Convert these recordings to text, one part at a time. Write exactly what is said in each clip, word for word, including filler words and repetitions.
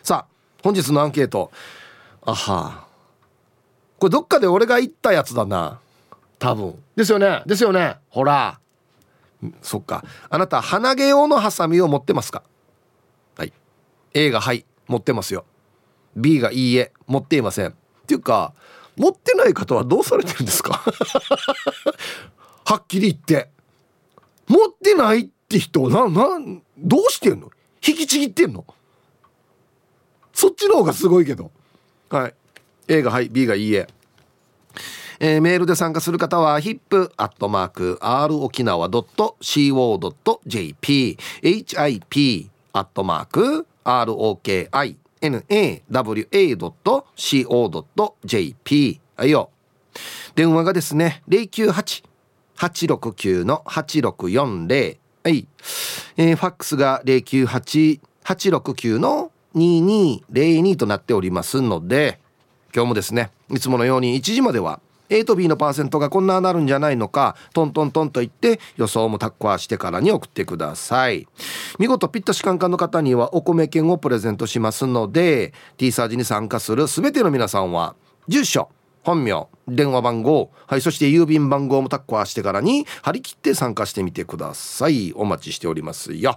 さあ本日のアンケート、あはこれどっかで俺が言ったやつだな多分ですよねですよね。ほらそっか。あなた鼻毛用のハサミを持ってますか？はい、 A がはい持ってますよ、 B がいいえ持っていません。っていうか持ってない方はどうされてるんですかはっきり言って持ってないって人ななどうしてんの？引きちぎってんの？そっちの方がすごいけど。はい、 A がはい B がいいえ。えー、メールで参加する方は ヒップ アットマーク アール 沖縄 ドット シーオー ドット ジェーピー ヒップ アットマーク アール オーケーアイエヌエーダブリューエー ドット シーオー ドット ジェーピー はいよ。電話がですね ゼロきゅうはち はちろくきゅう はちろくよんゼロ、はい、えー、ファックスが ゼロきゅうはち はちろくきゅう にーにーゼロに となっておりますので、今日もですねいつものようにいちじまでは A と B のパーセントがこんななるんじゃないのかトントントンと言って予想もタッコアしてからに送ってください。見事ピッタシカンカンの方にはお米券をプレゼントしますので T サージに参加するすべての皆さんは住所本名電話番号、はい、そして郵便番号もタッコアしてからに張り切って参加してみてください。お待ちしておりますよ。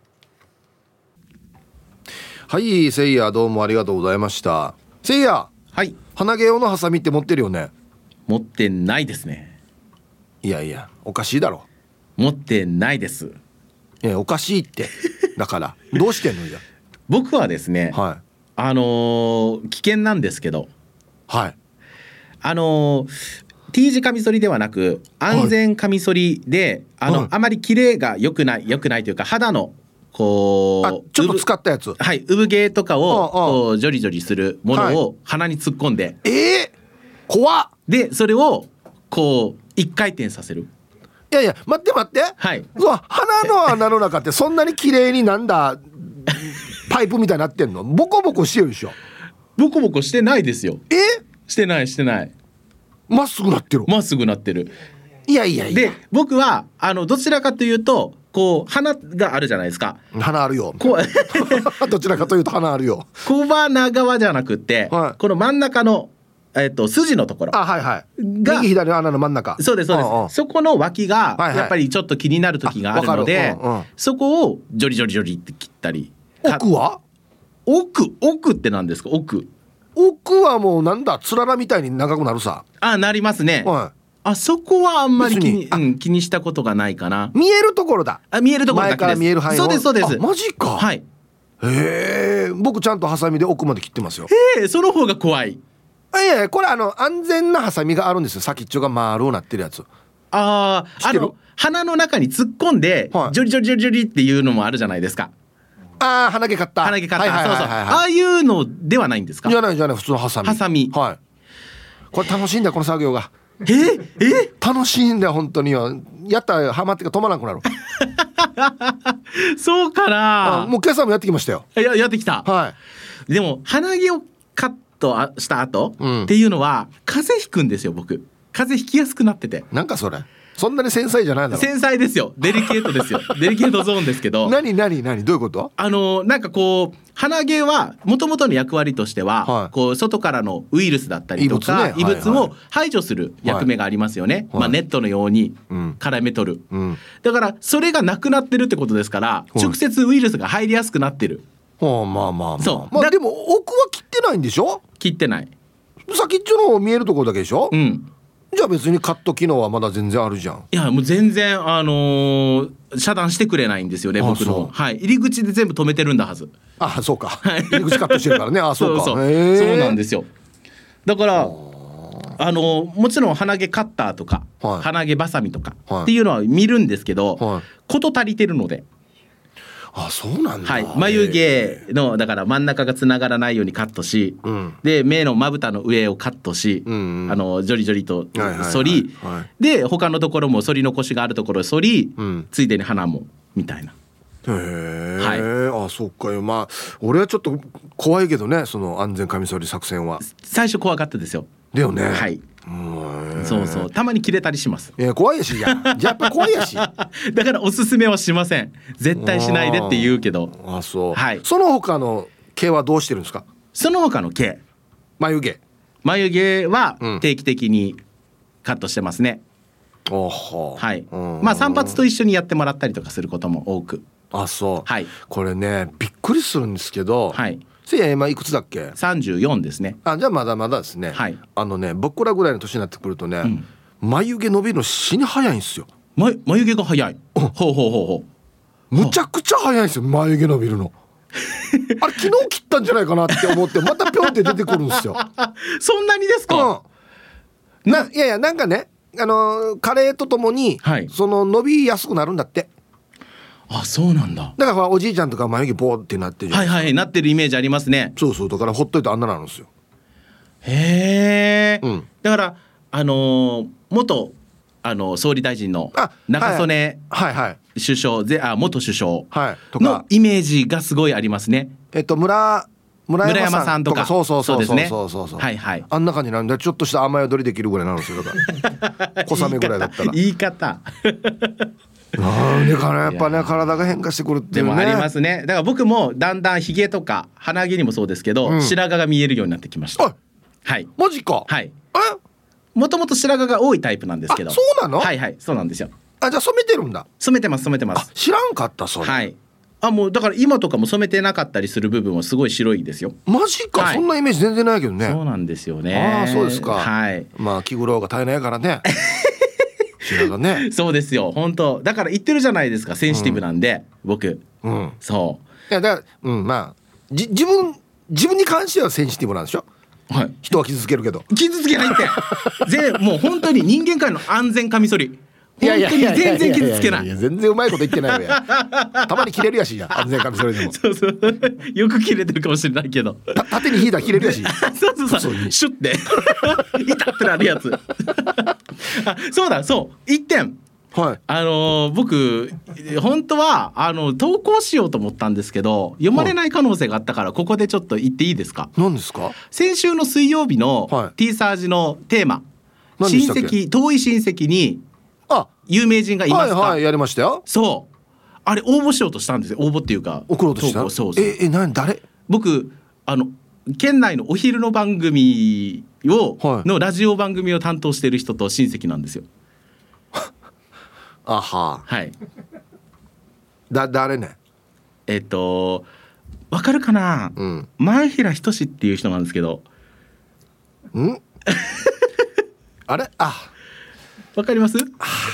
はい、せいやどうもありがとうございました。せいや、 はい、 鼻毛用のハサミって持ってるよね？ 持ってないですね。 いやいやおかしいだろ。 持ってないです。 いやおかしいってだからどうしてんのじゃ。 僕はですね、 はい、 あのー、危険なんですけど、 はい、 あのー、T 字カミソリではなく安全カミソリで、はい、あの、はい、あまりキレが良くない良くないというか肌のこうあちょっと使ったやつ、 はい、産毛とかをこうジョリジョリするものを鼻に突っ込んで、はい、 えー、怖っ。 でそれをこう一回転させる。 いやいや待って待って、 はい、 うわ鼻の穴の中ってそんなに綺麗になんだパイプみたいになってんの？ボコボコしてるでしょ。 ボコボコしてないですよ。 えしてないしてない。 まっすぐなってる。 まっすぐなってる。 いやいやいや。 で僕はあのどちらかというとこう鼻があるじゃないですか。 鼻あるよ。 こうどちらかというと鼻あるよ。 小鼻側じゃなくて、はい、この真ん中の、えー、と筋のところ。 あ、はいはい。右左の穴の真ん中。 そうですそうです。ああそこの脇がやっぱりちょっと気になる時があるので、はいはいうんうん、そこをジョリジョリジョリって切ったり。 奥は？ 奥奥って何ですか？奥奥はもうなんだつららみたいに長くなるさ。 あ、なりますね。 はい。 あそこはあんまり気に、うん、気にしたことがないかな。 見えるところだ。 あ、見えるところだけです。 前から見える範囲。 そうですそうです。 マジか。 はい。 へえ。僕ちゃんとハサミで奥まで切ってますよ。 へえ、その方が怖い。 いやいやこれあの安全なハサミがあるんですよ。先っちょが丸うなってるやつ。 ああ、あの鼻の中に突っ込んで、はい、ジョリジョリジョリジョリっていうのもあるじゃないですか。 ああ鼻毛カッター。 鼻毛カッター。そうそう。ああいうのではないんですか？ じゃないじゃない普通のハサミ。 ハサミ。 はい。これ楽しいんだよこの作業が。 ええ楽しいんだよ本当によ。やったらハマってか止まらなくなる。 そうかな。 もう今朝もやってきましたよ。 ややってきた。 はい。 でも鼻毛をカットした後、うん、っていうのは風邪ひくんですよ僕。風邪ひきやすくなってて。 なんかそれ。そんなに繊細じゃないだろ。 繊細ですよ。デリケートですよ。デリケートゾーンですけど。 何何何どういうこと？ あのなんかこう鼻毛は元々の役割としては、はい、こう外からのウイルスだったりとか異物、ね、異物を排除する役目がありますよね。はい、まあ、ネットのように絡め取る、うん、だからそれがなくなってるってことですから、うん、直接ウイルスが入りやすくなってる。 はあ、まあまあまあ。 そう。 まあでも奥は切ってないんでしょ？切ってない。 先っちょの見えるところだけでしょ？ うん。 じゃあ別にカット機能はまだ全然あるじゃん。 いやもう全然あのー、遮断してくれないんですよね僕の。はい、入り口で全部止めてるんだはず。 あ、そうか。入り口カットしてるからね。あ、そうか。 そうそう、そうなんですよ。だからあのー、もちろん鼻毛カッターとか、はい、鼻毛バサミとか、はい、っていうのは見るんですけど、はい、こと足りてるので。 あ、そうなんだ。 はい、眉毛のだから真ん中がつながらないようにカットし、うん、で目のまぶたの上をカットし、うんうん、あのジョリジョリと剃り、はいはいはいはい、で他のところも剃り残しがあるところを剃り、うん、ついでに鼻もみたいな。 へえ、はい、あ、そっかよ。まあ俺はちょっと怖いけどね、その安全カミソリ作戦は。 最初怖かったですよ。 だよね。 はい。そうそう、たまに切れたりします。 いや怖いやし、じゃあやっぱ怖いやし。だからおすすめはしません。絶対しないでって言うけど。 あ、そう。 はい。 その他の毛はどうしてるんですか？ その他の毛、 眉毛眉毛は定期的にカットしてますね、 うん、おほはい、まあ散髪と一緒にやってもらったりとかすることも多く。 あ、そう、 はい、 これねびっくりするんですけど、 はい、 せいや今いくつだっけ？ さんじゅうよんですね。 あ、じゃあまだまだですね、 はい、 あのね僕らぐらいの年になってくるとね、うん、眉毛伸びるの死に早いんですよ。 ま、眉毛が早い、うん、ほうほうほうほうむちゃくちゃ早いんですよ眉毛伸びるのあれ昨日切ったんじゃないかなって思ってまたピョンって出てくるんですよそんなにですか？ うん、ないやいやなんかねあの加齢とともに、はい、その伸びやすくなるんだって。 あ、そうなんだ。 だからおじいちゃんとか眉毛ボーってなってるじゃないですか。 はいはい、なってるイメージありますね。 そうそう、だからほっといてあんななんですよ。 へえ、うん、だからあのー、元あの総理大臣の中曽根首相で、あ、元首相のイメージがすごいありますね。 えっと村村山さん、村山さんとか、そうそうそうそうそうそうそう、 はいはい、 あんな感じなんでちょっとした雨宿りできるぐらいなんですよ。だから小雨ぐらいだったら言い方なんでかな、やっぱね体が変化してくるっていうね。 でもありますね。だから僕もだんだんひげとか鼻毛にもそうですけど、うん、白髪が見えるようになってきました。はい、 マジか。 はい、もともと白髪が多いタイプなんですけど。 あ、そうなの？ はいはい、そうなんですよ。 あ、じゃあ染めてるんだ。 染めてます染めてます。 あ、知らんかったそれ。 はい、あ、もうだから今とかも染めてなかったりする部分はすごい白いですよ。 マジか、はい、そんなイメージ全然ないけどね。 そうなんですよね。 ああ、そうですか。 はい、 まあ気苦労が絶えないからね白髪ね。 そうですよ本当。だから言ってるじゃないですか、センシティブなんで、うん、僕、うん、そう。 いやだから、うん、まあじ自分自分に関してはセンシティブなんでしょ。はい、人は傷つけるけど。 傷つけないってぜもう本当に人間界の安全カミソリ、本当に全然傷つけない。 全然うまいこと言ってないわやたまに切れるやしや、安全カミソリでもそうそうよく切れてるかもしれないけど、 た縦に引いたら切れるやしそうそうそう、シュッて痛ってなるやつあ、そうだ、そういってん、はい、あのー、僕本当はあの投稿しようと思ったんですけど読まれない可能性があったから、ここでちょっと言っていいですか？ 何ですか？ 先週の水曜日の T サージのテーマ、はい、親戚、遠い親戚に有名人がいますか？ はいはい、やりましたよ。 そう、あれ応募しようとしたんですよ。応募っていうか送ろうとした。 そうそう。 ええ、何誰？ 僕あの県内のお昼の番組を、はい、のラジオ番組を担当している人と親戚なんですよあは、 はい。 だ誰ね。 えっとわかるかな、うん、前平仁っていう人なんですけど。 んあれ、あ、 わかります？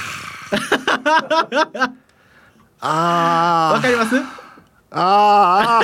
ああ、 わかります？ ああ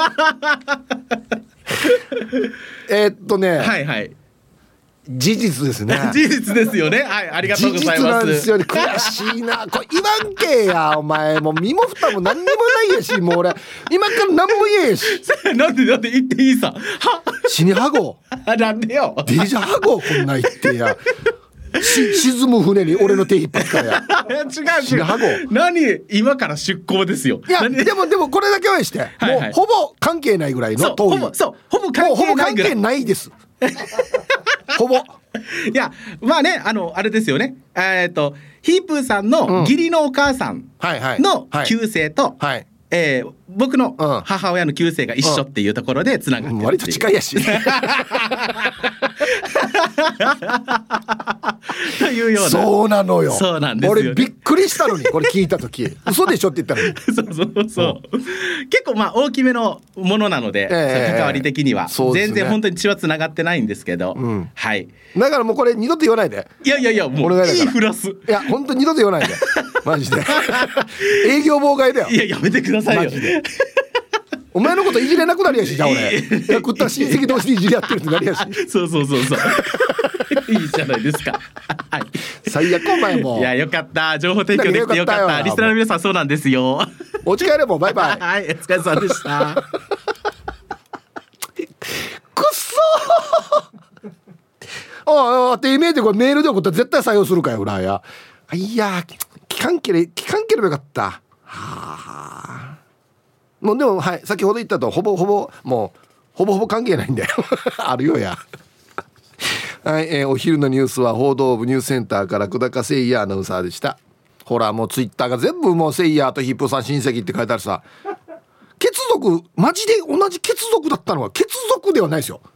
えっとね、 はいはい、 事実ですね事実ですよね。はい、ありがとうございます。 事実なんですよね。悔しいなこれ言わんけやお前、もう身も蓋も何にもないやし、もう俺今から何も言えやしなんでなんで言っていいさは死にはごなんでよデジャはご、こんな言ってやし沈む船に俺の手引っ張ったからや違う違う、何今から出港ですよ。 いやでもでもこれだけはして、はいはい、もうほぼ関係ないぐらいの遠い、 そうそう、ほぼ関係ないぐらい、もうほぼ関係ないですほぼ。いやまあね、あのあれですよね、えー、とヒープーさんの義理のお母さんの旧姓と、はいはいはい、えー、僕の母親の旧姓が一緒っていうところでつながってるっていう、うん、 割と近いやしというような。 そうなのよ。 そうなんですよね。 俺びっくりしたのにこれ聞いた時嘘でしょって言ったのにそうそうそう、うん、結構まあ大きめのものなので、えー、関わり的には、ね、全然本当に血はつながってないんですけど、うん、はい。 だからもうこれ二度と言わないで。 いやいやいや、もういいフラス。いや本当に二度と言わないでマジで営業妨害だよ。 いややめてくださいよマジでお前のこといじれなくなるやし、じゃあ俺食った親戚同士でいじり合ってるってなりやしそうそうそうそういいじゃないですかはい、 最悪お前も。 いやよかった、情報提供できてよかった。リスナーの皆さんそうなんですよ。 お家帰れもバイバイはい、お疲れ様でしたくっそーああってイメージでこれメールで送ったら絶対採用するかよ、裏や。いや聞かんけれ聞かんければよかった。はあ、もうでも、はい、先ほど言ったとほぼほぼもうほぼほぼ関係ないんだよあるよやはい、えー、お昼のニュースは報道部ニュースセンターから久高誠也アナウンサーでした。ほらもうツイッターが全部もうセイヤーとヒップーさん親戚って書いてあるさ。 血族マジで同じ血族だったのは血族ではないですよ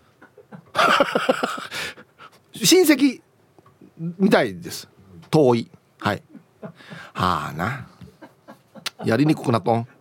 親戚みたいです。遠い。はい。はあな、やりにくくなっとん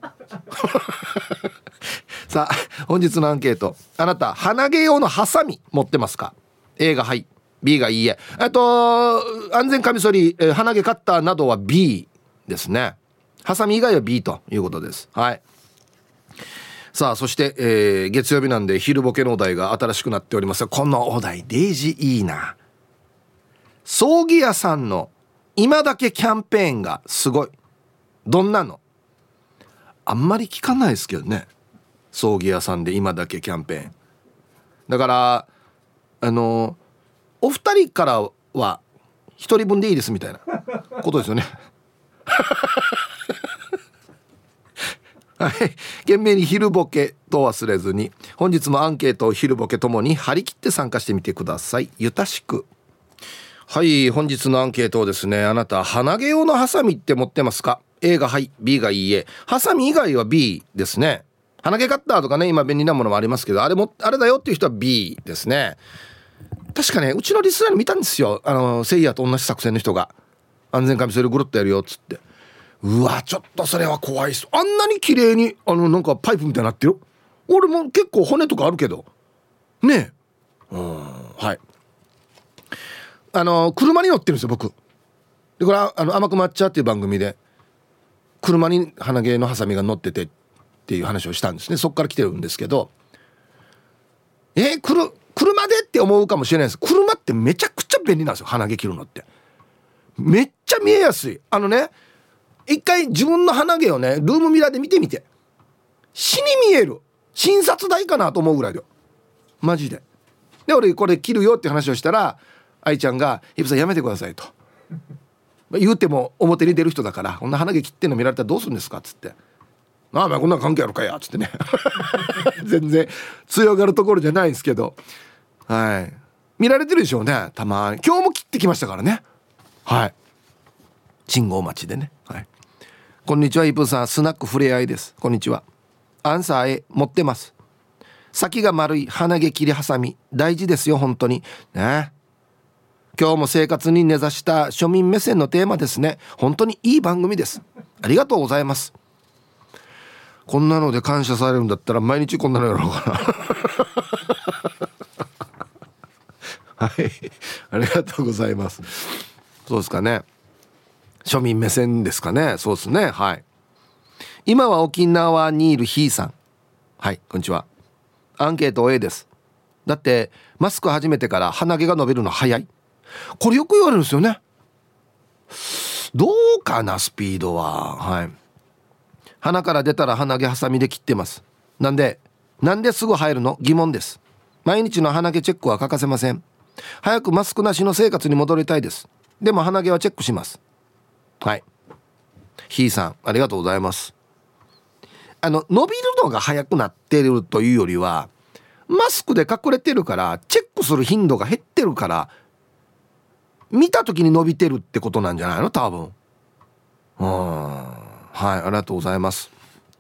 さあ本日のアンケート、あなた鼻毛用のハサミ持ってますか？ A がはい、 B がいいえ。あと安全カミソリ、えー、鼻毛カッターなどは B ですね。ハサミ以外は B ということです。はい。さあそして、えー、月曜日なんで昼ボケのお題が新しくなっておりますが、このお題デイジいいな。葬儀屋さんの今だけキャンペーンがすごい。どんなの？あんまり聞かないですけどね、葬儀屋さんで今だけキャンペーンだから、あのお二人からは一人分でいいですみたいなことですよねはい、懸命に昼ボケと忘れずに本日のアンケートを昼ボケともに張り切って参加してみてください。ゆたしく。はい、本日のアンケートをですね、あなた鼻毛用のハサミって持ってますか？ A がはい、 B がいいえ。ハサミ以外は B ですね。鼻毛カッターとかね、今便利なものもありますけど、あれもあれだよっていう人は B ですね。確かね、うちのリスナーに見たんですよ、あのセイヤと同じ作戦の人が安全カミソリぐるっとやるよっつって。うわちょっとそれは怖いっす。あんなに綺麗にあのなんかパイプみたいになってる。俺も結構骨とかあるけどねえ。うん、はい。あの車に乗ってるんですよ僕で。これはあの甘く抹茶っていう番組で車に鼻毛のハサミが乗っててっていう話をしたんですね。そっから来てるんですけど、えー、くる車でって思うかもしれないです。車ってめちゃくちゃ便利なんですよ。鼻毛切るのってめっちゃ見えやすい。あのね、一回自分の鼻毛をねルームミラーで見てみて、死に見える。診察台かなと思うぐらいだよマジで。で俺これ切るよって話をしたら愛ちゃんが「イブさんやめてください」と言うても表に出る人だから、こんな鼻毛切ってんの見られたらどうするんですかっつって、ああまあこんな関係あるかやっつってね全然強がるところじゃないんですけど、はい見られてるでしょうねたまに。今日も切ってきましたからね。はい信号待ちでね。はい、こんにちはイブさん、スナックふれあいです。こんにちは。アンサー A 持ってます。先が丸い鼻毛切りハサミ大事ですよ本当にね。今日も生活に根ざした庶民目線のテーマですね。本当にいい番組です。ありがとうございます。こんなので感謝されるんだったら毎日こんなのやろうかなはいありがとうございます。そうですかね、庶民目線ですかね。そうですね。はい。今は沖縄にいるひーさん、はいこんにちは。アンケート A です。だってマスク始めてから鼻毛が伸びるの早い。これよく言われるんですよね。どうかなスピードは。はい。鼻から出たら鼻毛ハサミで切ってます。なんでなんですぐ入るの疑問です。毎日の鼻毛チェックは欠かせません。早くマスクなしの生活に戻りたいです。でも鼻毛はチェックします。はい。ひーさんありがとうございます。あの伸びるのが早くなっているというよりはマスクで隠れてるからチェックする頻度が減ってるから見た時に伸びてるってことなんじゃないの多分。うんはいありがとうございます。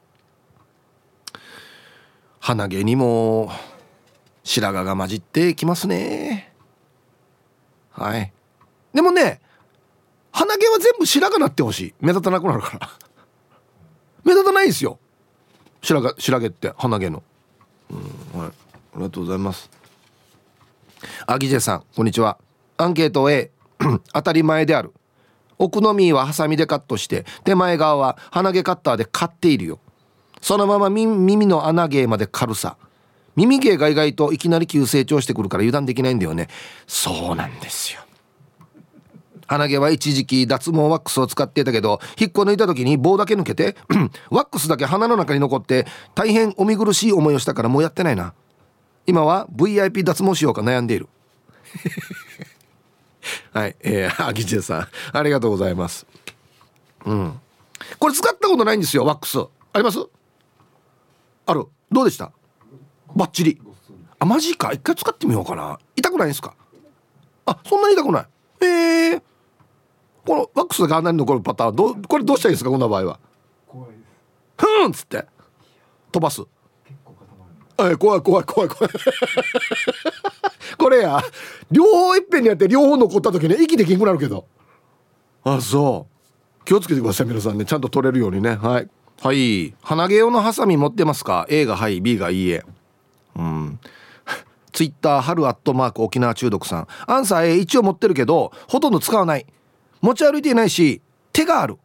鼻毛にも白髪が混じってきますね。はい。でもね鼻毛は全部白髪なってほしい。目立たなくなるから目立たないんですよ白髪、白毛って鼻毛の、うん、はい、ありがとうございます。アギジェさんこんにちは。アンケート A 当たり前である。奥の実はハサミでカットして手前側は鼻毛カッターで刈っているよ。そのまま耳の穴毛まで刈るさ。耳毛が意外といきなり急成長してくるから油断できないんだよね。そうなんですよ。鼻毛は一時期脱毛ワックスを使っていたけど引っこ抜いた時に棒だけ抜けてワックスだけ鼻の中に残って大変お見苦しい思いをしたからもうやってないな。今は ブイアイピー 脱毛しようか悩んでいるはい、えー、アギジェさんありがとうございます。うんこれ使ったことないんですよワックス。あります？ある。どうでした？バッチリ。あマジか。一回使ってみようかな。痛くないんですか？あそんなに痛くない。えーこのワックスが鼻に残るパターンどうこれどうしたらいいですかこんな場合は。怖いです。ふーんっつって飛ばす。え怖い怖い怖い怖いこれや両方いっぺんにやって両方残った時ね息できんくなるけど、あそう気をつけてください皆さんね、ちゃんと取れるようにね。はいはい。鼻毛用のハサミ持ってますか？ A がはい、 B がいいえ。うんツイッター春アットマーク沖縄中毒さん、アンサー A 一応持ってるけどほとんど使わない、持ち歩いていないし手がある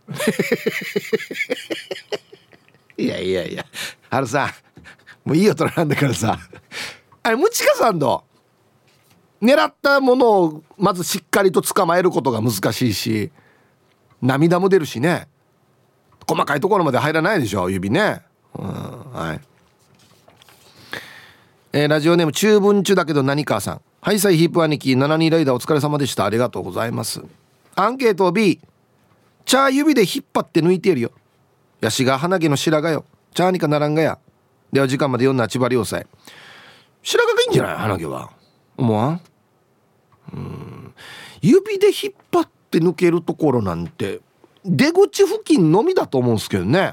いやいやいや春さんもういい大人なんだからさ、あれムチカさんの狙ったものをまずしっかりと捕まえることが難しいし、涙も出るしね、細かいところまで入らないでしょ指ね、うん、はい。えー、ラジオネーム中文中だけど何かさん、ハイサイヒープ兄貴ななにライダーお疲れ様でした、ありがとうございます。アンケート B、 チャー指で引っ張って抜いているよ、ヤシが鼻毛の白髪よ、チャーにかならんがや。では時間まで読んだ千葉良斎、白髪がいいんじゃない鼻毛は、思わん？うーん指で引っ張って抜けるところなんて出口付近のみだと思うんですけどね。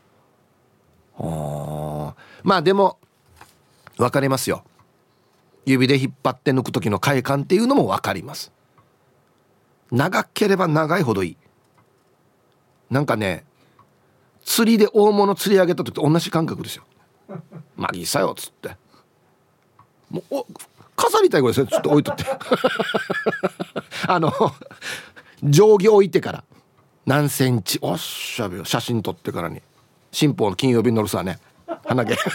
あまあでも分かりますよ、指で引っ張って抜く時の快感っていうのも分かります。長ければ長いほどいい。なんかね釣りで大物釣り上げた時と同じ感覚ですよ。まあいいさよっつってもうお飾りたいぐらいですよ、ちょっと置いとってあの定規置いてから何センチおっしゃべよ、写真撮ってからに新報の金曜日に載るさね鼻毛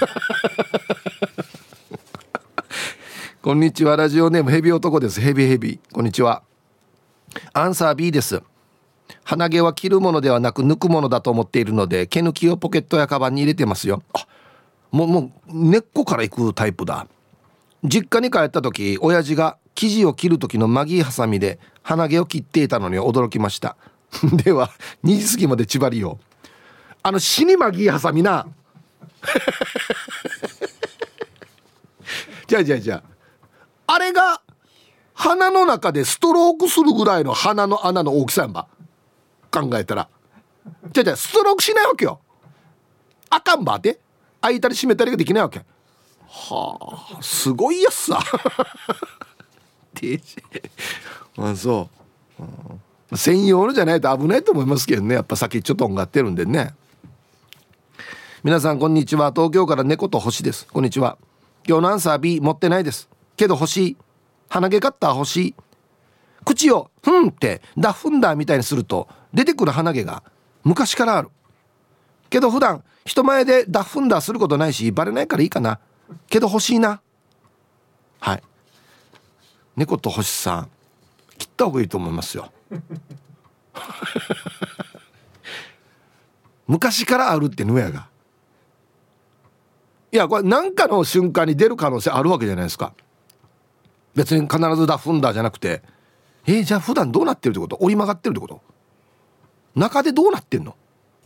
こんにちは、ラジオネームヘビ男です。ヘビヘビこんにちは。アンサー B です。鼻毛は切るものではなく抜くものだと思っているので毛抜きをポケットやカバンに入れてますよ。あもうもう根っこからいくタイプだ。実家に帰った時親父が生地を切る時のマギーハサミで鼻毛を切っていたのに驚きましたではにじ過ぎまで縛りよう、あの死にマギーハサミなじゃあじゃあじゃああれが鼻の中でストロークするぐらいの鼻の穴の大きさやんば考えたら、じゃあじゃあストロークしないわけよ、あかんばって開いたり閉めたりができないわけ。はあすごいやつさあそう、うん、専用のじゃないと危ないと思いますけどね、やっぱ先ちょっととんがってるんでね。皆さんこんにちは、東京から猫と星です。こんにちは。今日のアンサー B 持ってないですけど欲しい、鼻毛カッター欲しい。口をふんってダッフンダーみたいにすると出てくる鼻毛が昔からあるけど普段人前でダッフンダーすることないしバレないからいいかな、けど欲しいな。はい猫と星さん切った方がいいと思いますよ昔からあるってぬやが、いやこれ何かの瞬間に出る可能性あるわけじゃないですか。別に必ずダッフンダーじゃなくて、えー、じゃあ普段どうなってるってこと、折り曲がってるってこと、中でどうなってんの、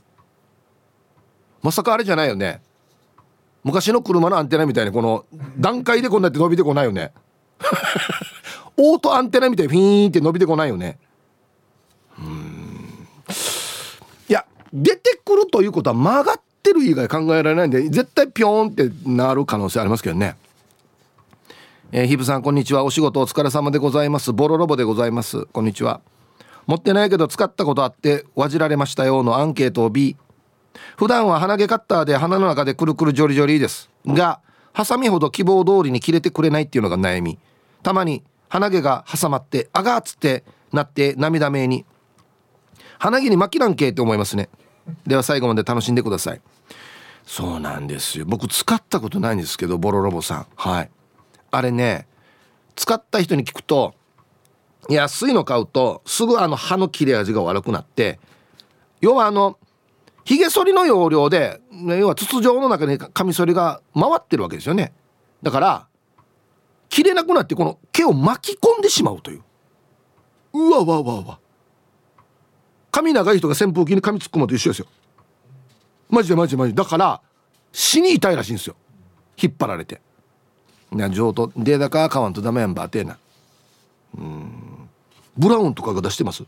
まさかあれじゃないよね、昔の車のアンテナみたいにこの段階でこんなって伸びてこないよねオートアンテナみたいにフィーンって伸びてこないよね。うーんいや出てくるということは曲がってる以外考えられないんで絶対ピョーンってなる可能性ありますけどね。えー、ヒブさんこんにちは、お仕事お疲れ様でございます。ボロロボでございます。こんにちは。持ってないけど使ったことあってわじられましたよのアンケートを B。 普段は鼻毛カッターで鼻の中でくるくるジョリジョリですが、ハサミほど希望通りに切れてくれないっていうのが悩み。たまに鼻毛が挟まってあがーっつってなって涙目に鼻毛に巻きなんけって思いますね。では最後まで楽しんでください。そうなんですよ、僕使ったことないんですけどボロロボさん、はいあれね使った人に聞くと安いの買うとすぐあの歯の切れ味が悪くなって、要はあのひげ剃りの要領で要は筒状の中にカミソリが回ってるわけですよね。だから切れなくなってこの毛を巻き込んでしまうという、うわわわわ髪長い人が扇風機に髪突っ込むのと一緒ですよ。マジでマジでマジで、だから死に痛いらしいんですよ、引っ張られて。な上等データか買わんとダメやんばってな。うーんブラウンとかが出してます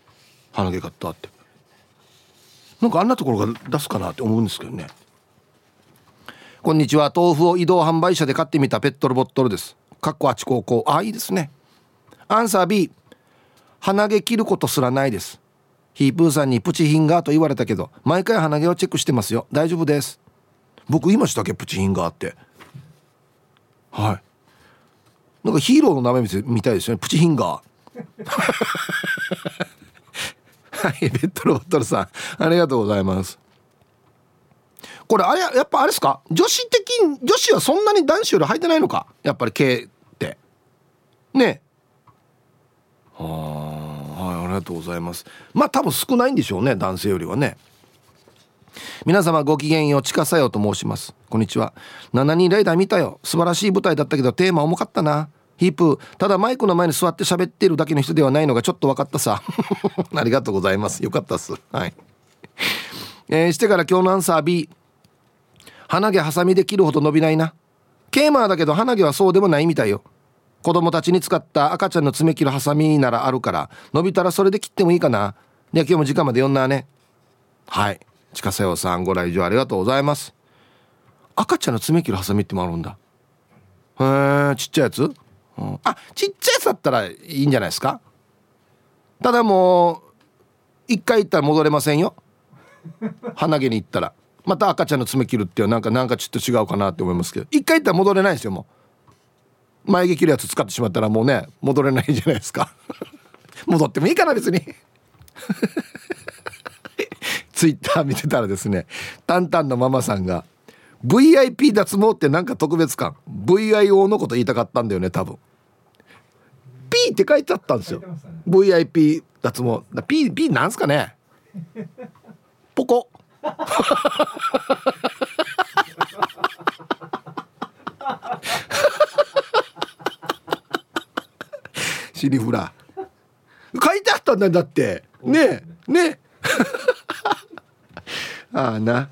鼻毛カッターって、なんかあんなところが出すかなって思うんですけどね。 こんにちは。豆腐を移動販売車で買ってみたペットボトルです。かっこあち高校。あ、いいですね。アンサー B、 鼻毛切ることすらないです。ヒープーさんにプチヒンガーと言われたけど毎回鼻毛をチェックしてますよ。大丈夫です。僕言いましたっけ、プチヒンガーって。はい、なんかヒーローの名前みたいですよね、プチヒンガーはい、ペットボトルさんありがとうございます。これあれやっぱあれですか、女子的女子はそんなに男子より履いてないのか、やっぱり毛ってね。はあ、はい、ありがとうございます。まあ多分少ないんでしょうね、男性よりはね。皆様ごきげんよう、ちかさよと申します。こんにちは。しちにんライダー見たよ。素晴らしい舞台だったけどテーマ重かったな。ヒープただマイクの前に座って喋っているだけの人ではないのがちょっと分かったさありがとうございます。よかったっす。はい、えー、してから今日のアンサー B、 鼻毛ハサミで切るほど伸びないな。ケーマーだけど鼻毛はそうでもないみたいよ。子供たちに使った赤ちゃんの爪切るハサミならあるから伸びたらそれで切ってもいいかな。で今日も時間まで読んだね。はい、ちかさよさんご来場ありがとうございます。赤ちゃんの爪切るハサミってもあるんだ。へー、ちっちゃいやつ、うん、あ、ちっちゃいやつだったらいいんじゃないですか。ただもう一回行ったら戻れませんよ鼻毛に行ったらまた赤ちゃんの爪切るっていうなんかなんかちょっと違うかなって思いますけど、一回行ったら戻れないですよ。もう眉毛切るやつ使ってしまったらもうね戻れないじゃないですか戻ってもいいかな別にツイッター見てたらですね、タンタンのママさんが ブイアイピー 脱毛ってなんか特別感 ブイアイオー のこと言いたかったんだよね多分。 P って書いてあったんですよ、ね、ブイアイピー 脱毛 P, P なんすかねポコシリフラ書いてあったんだ、だってねえねえああな、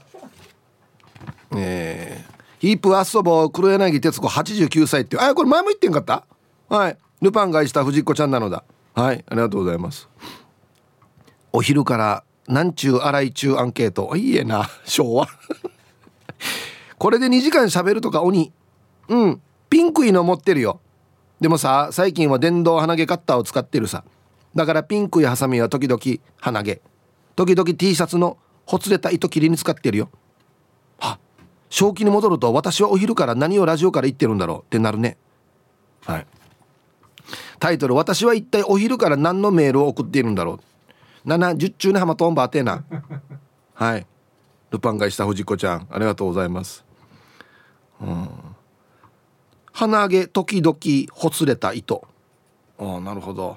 えー、ヒープアッソボ黒柳徹子はちじゅうきゅうさいってあこれ前も言ってんかった。はい、ルパンがした藤子ちゃんなのだ。はい、ありがとうございます。お昼からなんちゅう洗い中アンケート、いいえな昭和これでにじかん喋るとか鬼。うんピンクいの持ってるよ。でもさ最近は電動鼻毛カッターを使ってるさ。だからピンクいハサミは時々鼻毛、時々 T シャツのほつれた糸切りに使ってるよ。は正気に戻ると私はお昼から何をラジオから言ってるんだろうってなるね。はい、タイトル、私は一体お昼から何のメールを送っているんだろう。ななじゅっ中にハマトンバーテーなはい、ルパンがした藤子ちゃんありがとうございます。うん、鼻毛時々ほつれた糸、ああなるほど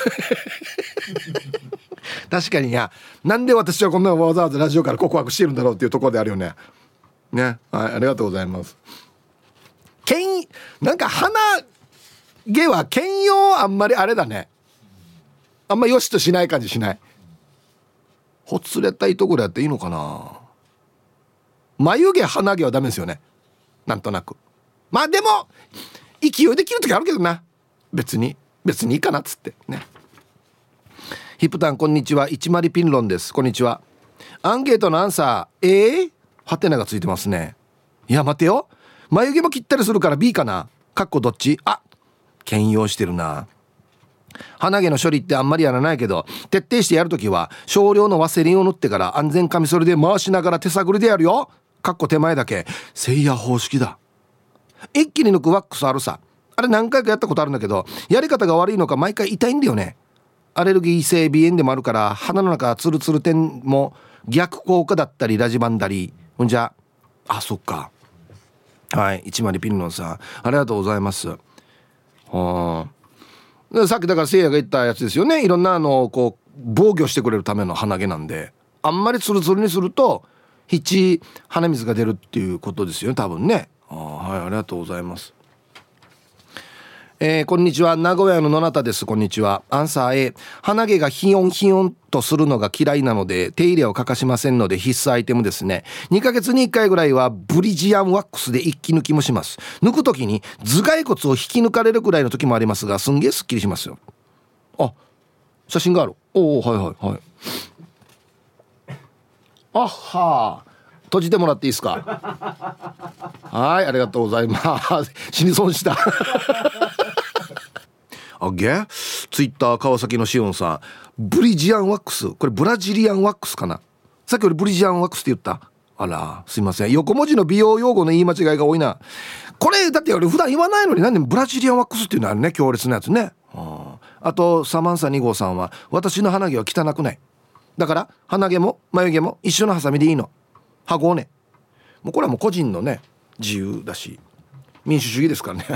確かに、いやなんで私はこんなわざわざラジオから告白してるんだろうっていうところであるよね。ね、はい、ありがとうございます。けんなんか鼻毛は兼用あんまりあれだね、あんまよしとしない感じしない。ほつれた糸ぐらいやっていいのかな。眉毛鼻毛はダメですよね、なんとなく。まあでも勢いできる時あるけどな、別に別にいいかなっつってね。ヒップタンこんにちは、一丸ピンロンです。こんにちは。アンケートのアンサー、えー、ハテナがついてますね。いや待てよ、眉毛も切ったりするから B かな。かっこどっち。あ、兼用してるな。鼻毛の処理ってあんまりやらないけど徹底してやるときは少量のワセリンを塗ってから安全カミソリで回しながら手探りでやるよ。かっこ手前だけ。セイヤ方式だ。一気に抜くワックスあるさ。あれ何回かやったことあるんだけどやり方が悪いのか毎回痛いんだよね。アレルギー性鼻炎でもあるから鼻の中ツルツル点も逆効果だったりラジバンだり。ほんじゃあ、そっか。はい、一丸ピンロンさんありがとうございます。はあ、さっきだからせいやが言ったやつですよね。いろんなあのこう防御してくれるための鼻毛なんで、あんまりツルツルにすると七鼻水が出るっていうことですよね多分ね。あ、はい、ありがとうございます。えー、こんにちは、名古屋の野中です。こんにちは。アンサー A、 鼻毛がヒヨンヒヨンとするのが嫌いなので手入れを欠かしませんので必須アイテムですね。にかげつにいっかいぐらいはブリジアンワックスで一気抜きもします。抜くときに頭蓋骨を引き抜かれるくらいの時もありますがすんげえすっきりしますよ。あ、写真がある。おお、はいはいはい。あは閉じてもらっていいですか。はい、ありがとうございます死に損したあげツイッター川崎のしおんさん、ブリジアンワックス、これブラジリアンワックスかな。さっき俺ブリジアンワックスって言った。あらすいません、横文字の美容用語の言い間違いが多いな。これだって俺普段言わないのになんでブラジリアンワックスっていうのあるね、強烈なやつね。あ, あとサマンサに号さんは、私の鼻毛は汚くない、だから鼻毛も眉毛も一緒のハサミでいいの、はごね。もうこれはもう個人のね自由だし民主主義ですからね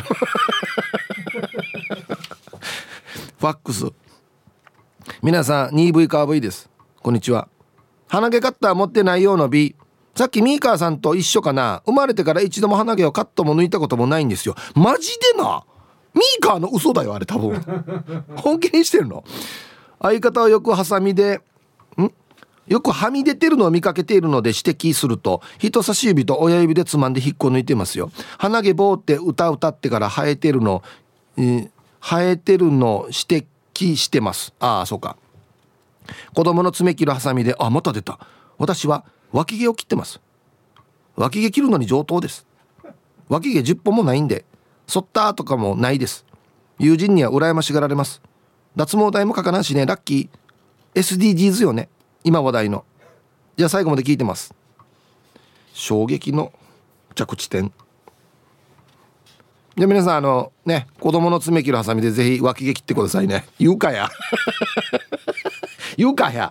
ファックス、皆さん にブイ カーブイです、こんにちは。鼻毛カッター持ってないようの B、 さっきミーカーさんと一緒かな。生まれてから一度も鼻毛をカットも抜いたこともないんですよ。マジでな、ミーカーの嘘だよあれ多分本気にしてるの。相方はよくハサミでんよくはみ出てるのを見かけているので指摘すると、人差し指と親指でつまんで引っこ抜いてますよ。鼻毛棒って歌歌ってから生えてるの、えー、生えてるの指摘してます。ああそうか。子供の爪切るハサミで、あまた出た。私は脇毛を切ってます。脇毛切るのに上等です。脇毛じゅっぽんもないんで剃ったとかもないです。友人には羨ましがられます。脱毛代もかからんしね、ラッキー エスディージーズ よね今話題の。じゃあ最後まで聞いてます。衝撃の着地点。じゃあ皆さんあのね、子供の爪切るハサミでぜひ脇毛切ってくださいね。言うかや言うかや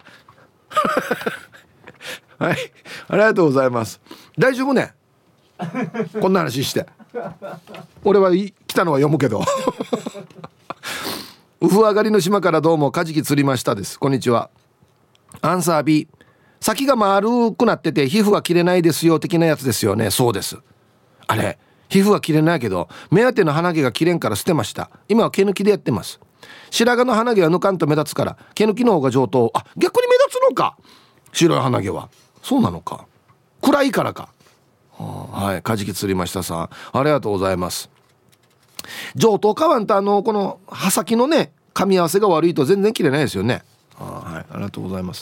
はい、ありがとうございます。大丈夫ねこんな話して俺は来たのは読むけどウフ上がりの島からどうもカジキ釣りましたです、こんにちは。アンサー B、 先が丸くなってて皮膚が切れないですよ的なやつですよね。そうです、あれ皮膚は切れないけど目当ての鼻毛が切れんから捨てました。今は毛抜きでやってます。白髪の鼻毛は抜かんと目立つから毛抜きの方が上等。あ、逆に目立つのか白い鼻毛は。そうなのか、暗いからか。はい、カジキ釣りましたさん、ありがとうございます。上等かわんとあのこの刃先のね噛み合わせが悪いと全然切れないですよね。はい、ありがとうございます。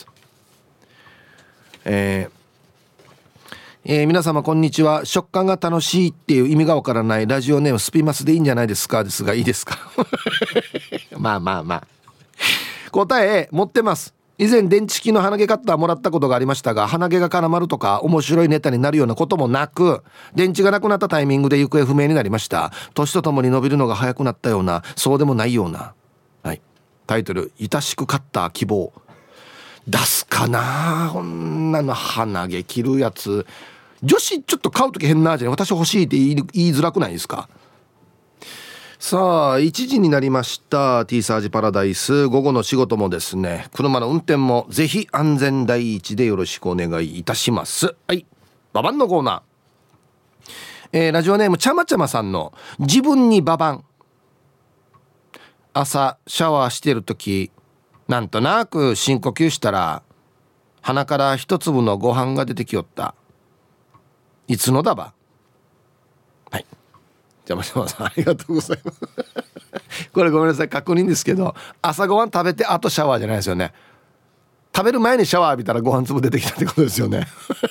えーえー、皆様こんにちは。食感が楽しいっていう意味がわからないラジオネームスピマスでいいんじゃないですかですがいいですかまあまあまあ答え持ってます。以前電池式の鼻毛カッターもらったことがありましたが、鼻毛が絡まるとか面白いネタになるようなこともなく、電池がなくなったタイミングで行方不明になりました。年とともに伸びるのが早くなったような、そうでもないような。はい、タイトル、いたしくカッター希望。出すかなこんなの鼻毛切るやつ。女子ちょっと買うとき変なじゃん。私欲しいって言い、言いづらくないですか。さあいちじになりました。 T サージパラダイス、午後の仕事もですね、車の運転もぜひ安全第一でよろしくお願いいたします。はい、ババンのコーナー、えー、ラジオネームちゃまちゃまさんの自分にババン。朝シャワーしてるときなんとなく深呼吸したら鼻から一粒のご飯が出てきよった。いつのだば。はい、じゃあまさんありがとうございますこれごめんなさい確認ですけど、朝ごはん食べてあとシャワーじゃないですよね。食べる前にシャワー浴びたらご飯粒出てきたってことですよね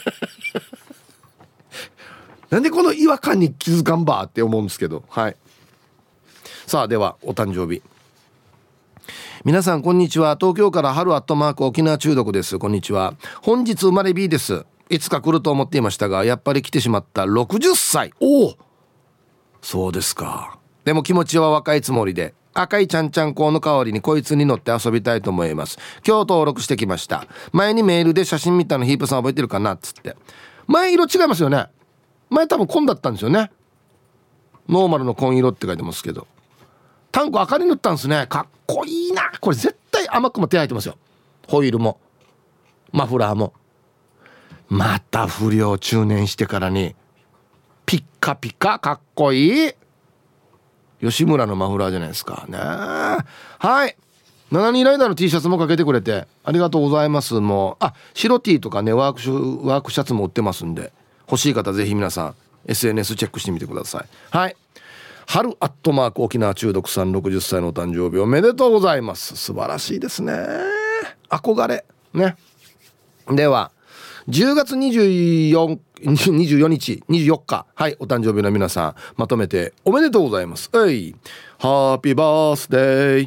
なんでこの違和感に気づかんばって思うんですけど。はい、さあではお誕生日皆さんこんにちは。東京から春アットマーク沖縄中毒です。こんにちは。本日生まれ B です。いつか来ると思っていましたがやっぱり来てしまったろくじゅっさい。おおそうですか。でも気持ちは若いつもりで赤いちゃんちゃんこの代わりにこいつに乗って遊びたいと思います。今日登録してきました。前にメールで写真見たのヒープさん覚えてるかなっつって。前色違いますよね。前多分紺だったんですよね。ノーマルの紺色って書いてますけどタンク赤に塗ったんですね。かっこいいな。これ絶対甘くも手入ってますよ。ホイールもマフラーも。また不良中年してからにピッカピカかっこいい吉村のマフラーじゃないですかね。はい、ななにんライダーの T シャツもかけてくれてありがとうございます。もうあ白 T とかねワークシュワークシャツも売ってますんで欲しい方ぜひ皆さん エスエヌエス チェックしてみてください。はい、春アットマーク沖縄中毒さんろくじゅっさいのお誕生日おめでとうございます。素晴らしいですね。憧れね。ではじゅうがつにじゅうよっかにじゅうよっかにじゅうよっか、はい、お誕生日の皆さんまとめておめでとうございます。はい、ハッピーバースデー。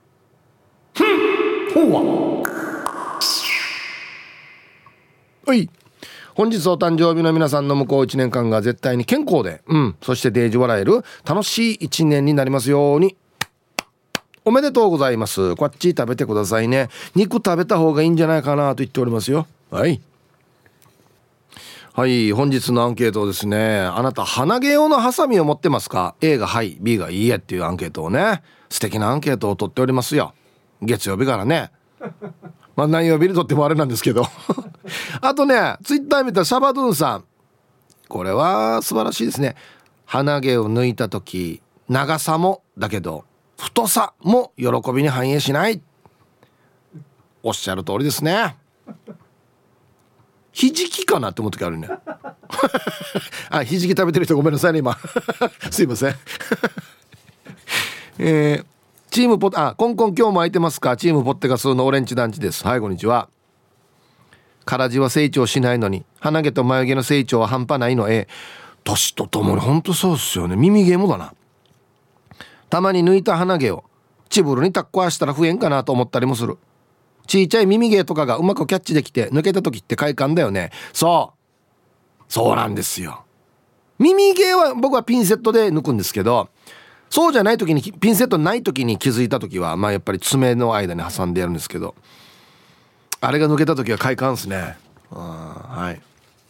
ふんほうわ。はい、本日お誕生日の皆さんの向こういちねんかんが絶対に健康で、うん、そしてデージ笑える楽しいいちねんになりますように。おめでとうございます。こっち食べてくださいね。肉食べた方がいいんじゃないかなと言っておりますよ。はいはい、本日のアンケートですね。あなた鼻毛用のハサミを持ってますか？ A がはい、 B がいいえっていうアンケートをね、素敵なアンケートを取っておりますよ。月曜日からねまあ何曜日にとってもあれなんですけどあとね、ツイッター見たシャバドゥンさん、これは素晴らしいですね。鼻毛を抜いた時、長さもだけど太さも喜びに反映しない。おっしゃる通りですね。ひじきかなって思う時あるねあ、ひじき食べてる人ごめんなさいね今すいませんえー、チームポあコンコン今日も空いてますか？チームポッテガスのオレンジ団地です。はい、こんにちは。からじは成長しないのに鼻毛と眉毛の成長は半端ないの。え年とともにほんとそうっすよね。耳毛もだな。たまに抜いた鼻毛をチブルにタッコアしたら増えんかなと思ったりもする。ちいちゃい耳毛とかがうまくキャッチできて抜けた時って快感だよね。そうそうなんですよ。耳毛は僕はピンセットで抜くんですけど、そうじゃない時に、ピンセットない時に気づいた時はまあやっぱり爪の間に挟んでやるんですけど、あれが抜けた時は快感ですね。あ、はい。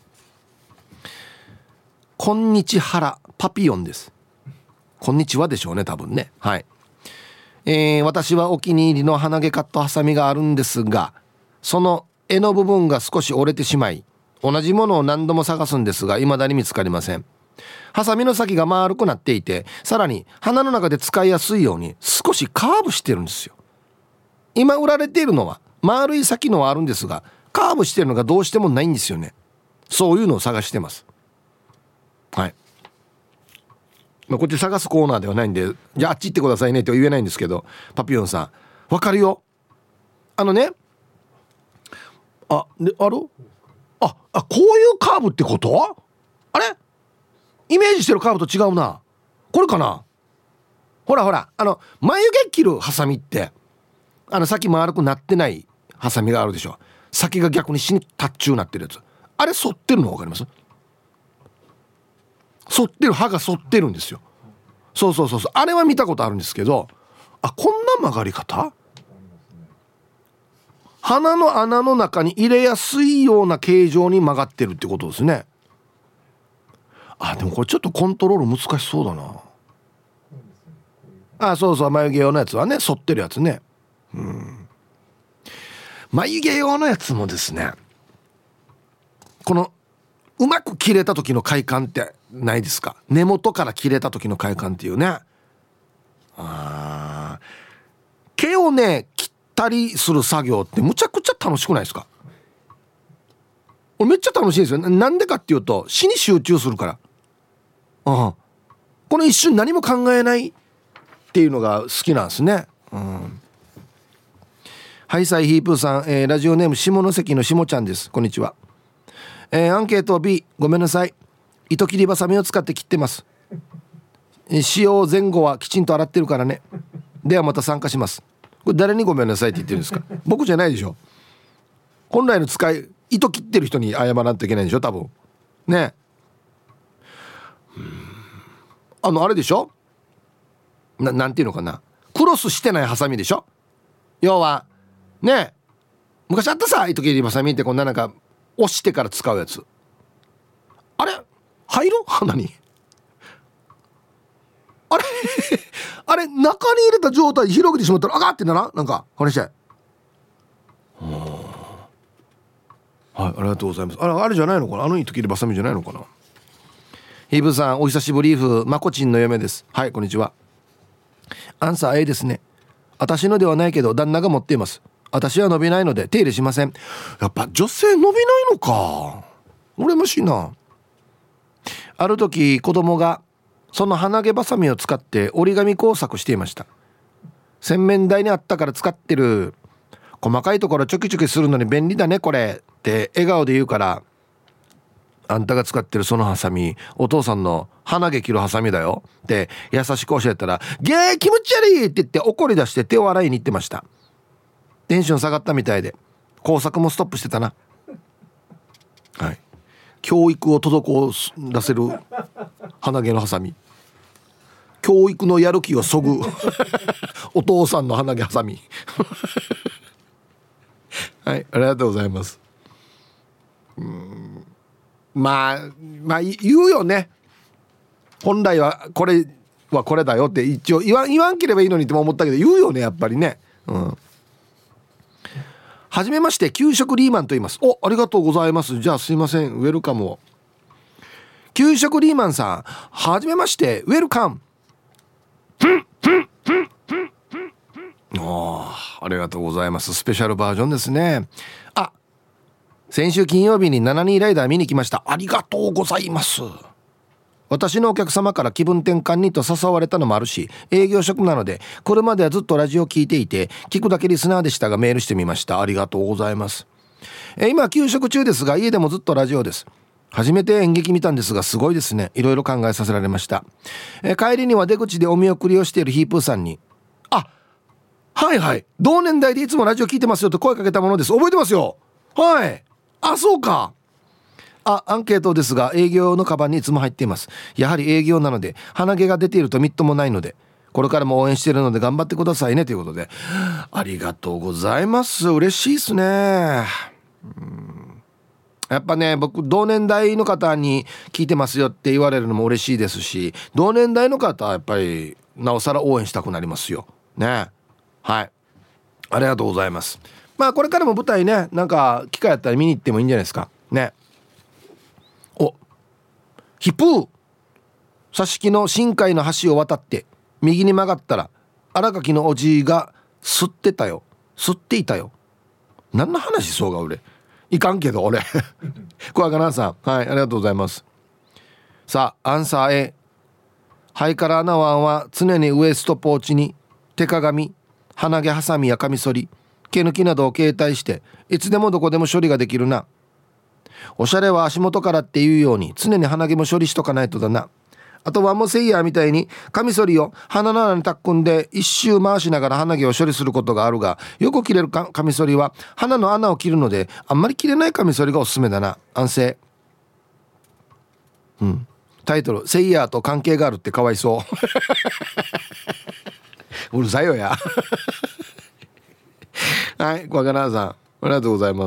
こんにちはらパピヨンです。こんにちはでしょうね多分ね。はい。えー、私はお気に入りの鼻毛カットハサミがあるんですが、その柄の部分が少し折れてしまい、同じものを何度も探すんですが未だに見つかりません。ハサミの先が丸くなっていて、さらに鼻の中で使いやすいように少しカーブしてるんですよ。今売られているのは丸い先のはあるんですが、カーブしてるのがどうしてもないんですよね。そういうのを探してます。はい。まあ、こっち探すコーナーではないんで、じゃああっち行ってくださいねとは言えないんですけど、パピヨンさんわかるよ。あのね、あであるああこういうカーブってこと？あれイメージしてるカーブと違うな。これかな。ほらほら、あの眉毛切るハサミってあの先丸くなってないハサミがあるでしょ。先が逆に死にタッチューなってるやつ、あれ反ってるの分かります？反ってる、刃が反ってるんですよ。そうそうそうそう、あれは見たことあるんですけど、あ、こんな曲がり方？鼻の穴の中に入れやすいような形状に曲がってるってことですね。あ、でもこれちょっとコントロール難しそうだな。あ、そうそう、眉毛用のやつはね、反ってるやつね。うん、眉毛用のやつもですね、このうまく切れた時の快感ってないですか？根元から切れた時の快感っていうね。あ、毛をね切ったりする作業ってむちゃくちゃ楽しくないですか？めっちゃ楽しいんですよ。なんでかっていうと死に集中するから。ああ、この一瞬何も考えないっていうのが好きなんですね。うん、ハイサイヒープーさん、えー、ラジオネーム下関の下ちゃんです。こんにちは。えー、アンケート B、 ごめんなさい、糸切りバサミを使って切ってます。使用前後はきちんと洗ってるからね。ではまた参加します。これ誰にごめんなさいって言ってるんですか？僕じゃないでしょ。本来の使い、糸切ってる人に謝らないといけないんでしょ多分ね。うーん、あのあれでしょな、なんていうのかな、クロスしてないハサミでしょ。要はね、昔あったさ、糸切りバサミってこんななんか押してから使うやつ、あれ入る鼻にあれあれ中に入れた状態で広げてしまったらあかってならなんかこれして、はい、ありがとうございます。あれあれじゃないのかな、あの糸切りバサミじゃないのかな。ヒブさんお久しぶり、ふまこちんの嫁です。はい、こんにちは。アンサー A ですね。私のではないけど旦那が持っています。私は伸びないので手入れしません。やっぱ女性伸びないのか、羨ましいな。ある時子供がその鼻毛バサミを使って折り紙工作していました。洗面台にあったから使ってる。細かいところチョキチョキするのに便利だねこれって笑顔で言うから、あんたが使ってるそのハサミお父さんの鼻毛切るハサミだよって優しく教えたら、ゲー気持ち悪いって言って怒り出して手を洗いに行ってました。テンション下がったみたいで工作もストップしてたな。はい、教育を滞らせる鼻毛のハサミ、教育のやる気をそぐお父さんの鼻毛ハサミはい、ありがとうございます。うーん、まあまあ言うよね、本来はこれはこれだよって一応言わん言わんければいいのにっても思ったけど言うよねやっぱりね。うん。はじめまして、給食リーマンと言います。お、ありがとうございます。じゃあすいません、ウェルカムを。給食リーマンさん、はじめまして、ウェルカム。あありがとうございます。スペシャルバージョンですね。あ、先週金曜日にななにライダー見に来ました。ありがとうございます。私のお客様から気分転換にと誘われたのもあるし、営業職なのでこれまではずっとラジオを聞いていて聞くだけリスナーでしたが、メールしてみました。ありがとうございます。え今休職中ですが家でもずっとラジオです。初めて演劇見たんですがすごいですね。いろいろ考えさせられました。え帰りには出口でお見送りをしているヒープーさんに、あ、はいはい、同年代でいつもラジオ聞いてますよと声かけたものです。覚えてますよ。はい、あ、そうか。あ、アンケートですが営業のカバンにいつも入っています。やはり営業なので鼻毛が出ているとみっともないので、これからも応援しているので頑張ってくださいねということで、ありがとうございます。嬉しいですね。うん、やっぱね、僕同年代の方に聞いてますよって言われるのも嬉しいですし、同年代の方はやっぱりなおさら応援したくなりますよね。はい、ありがとうございます。まあこれからも舞台ね、なんか機会あったら見に行ってもいいんじゃないですかね。お、ヒプー、挿し木の新海の橋を渡って右に曲がったら荒垣のおじいが吸ってたよ、吸っていたよ。何の話そうが俺いかんけど俺小若菜さん、はい、ありがとうございます。さあアンサー A、 ハイカラーなワンは常にウエストポーチに手鏡、鼻毛ハサミやカミソリ、毛抜きなどを携帯していつでもどこでも処理ができるな。おしゃれは足元からっていうように常に鼻毛も処理しとかないとだな。あとワンモセイヤーみたいにカミソリを鼻の穴にタックんで一周回しながら鼻毛を処理することがあるが、よく切れるカミソリは鼻の穴を切るのであんまり切れないカミソリがおすすめだな。安静。うん、タイトルセイヤーと関係があるってかわいそううるさいよやはい、小若菜さんありがとうございます。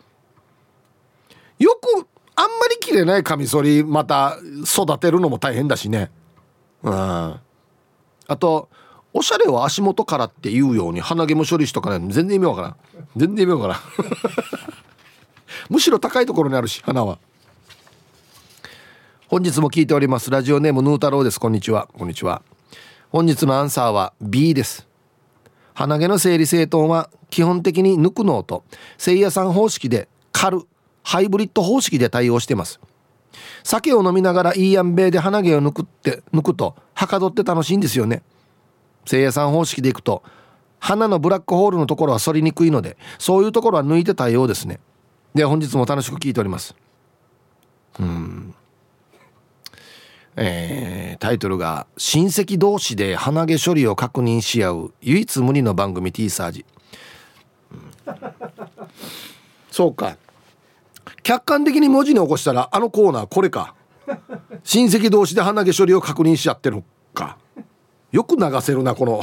よくあんまり切れないカミソリまた育てるのも大変だしね。うん。あとおしゃれは足元からっていうように鼻毛も処理しとかないの全然意味わからん。全然意味わからんむしろ高いところにあるし鼻は。本日も聞いております。ラジオネームヌー太郎です。こんにちは。こんにちは。本日のアンサーは B です。鼻毛の整理整頓は基本的に抜くのとせいやさん方式で刈るハイブリッド方式で対応してます。酒を飲みながらいいやんべいで鼻毛を抜くって抜くとはかどって楽しいんですよね。せいやさん方式でいくと鼻のブラックホールのところは反りにくいので、そういうところは抜いて対応ですね。では本日も楽しく聞いております。うーん、えー、タイトルが親戚同士で鼻毛処理を確認し合う唯一無二の番組 T サージ、うん、そうか、客観的に文字に起こしたらあのコーナーこれか。親戚同士で鼻毛処理を確認し合ってるのか。よく流せるなこの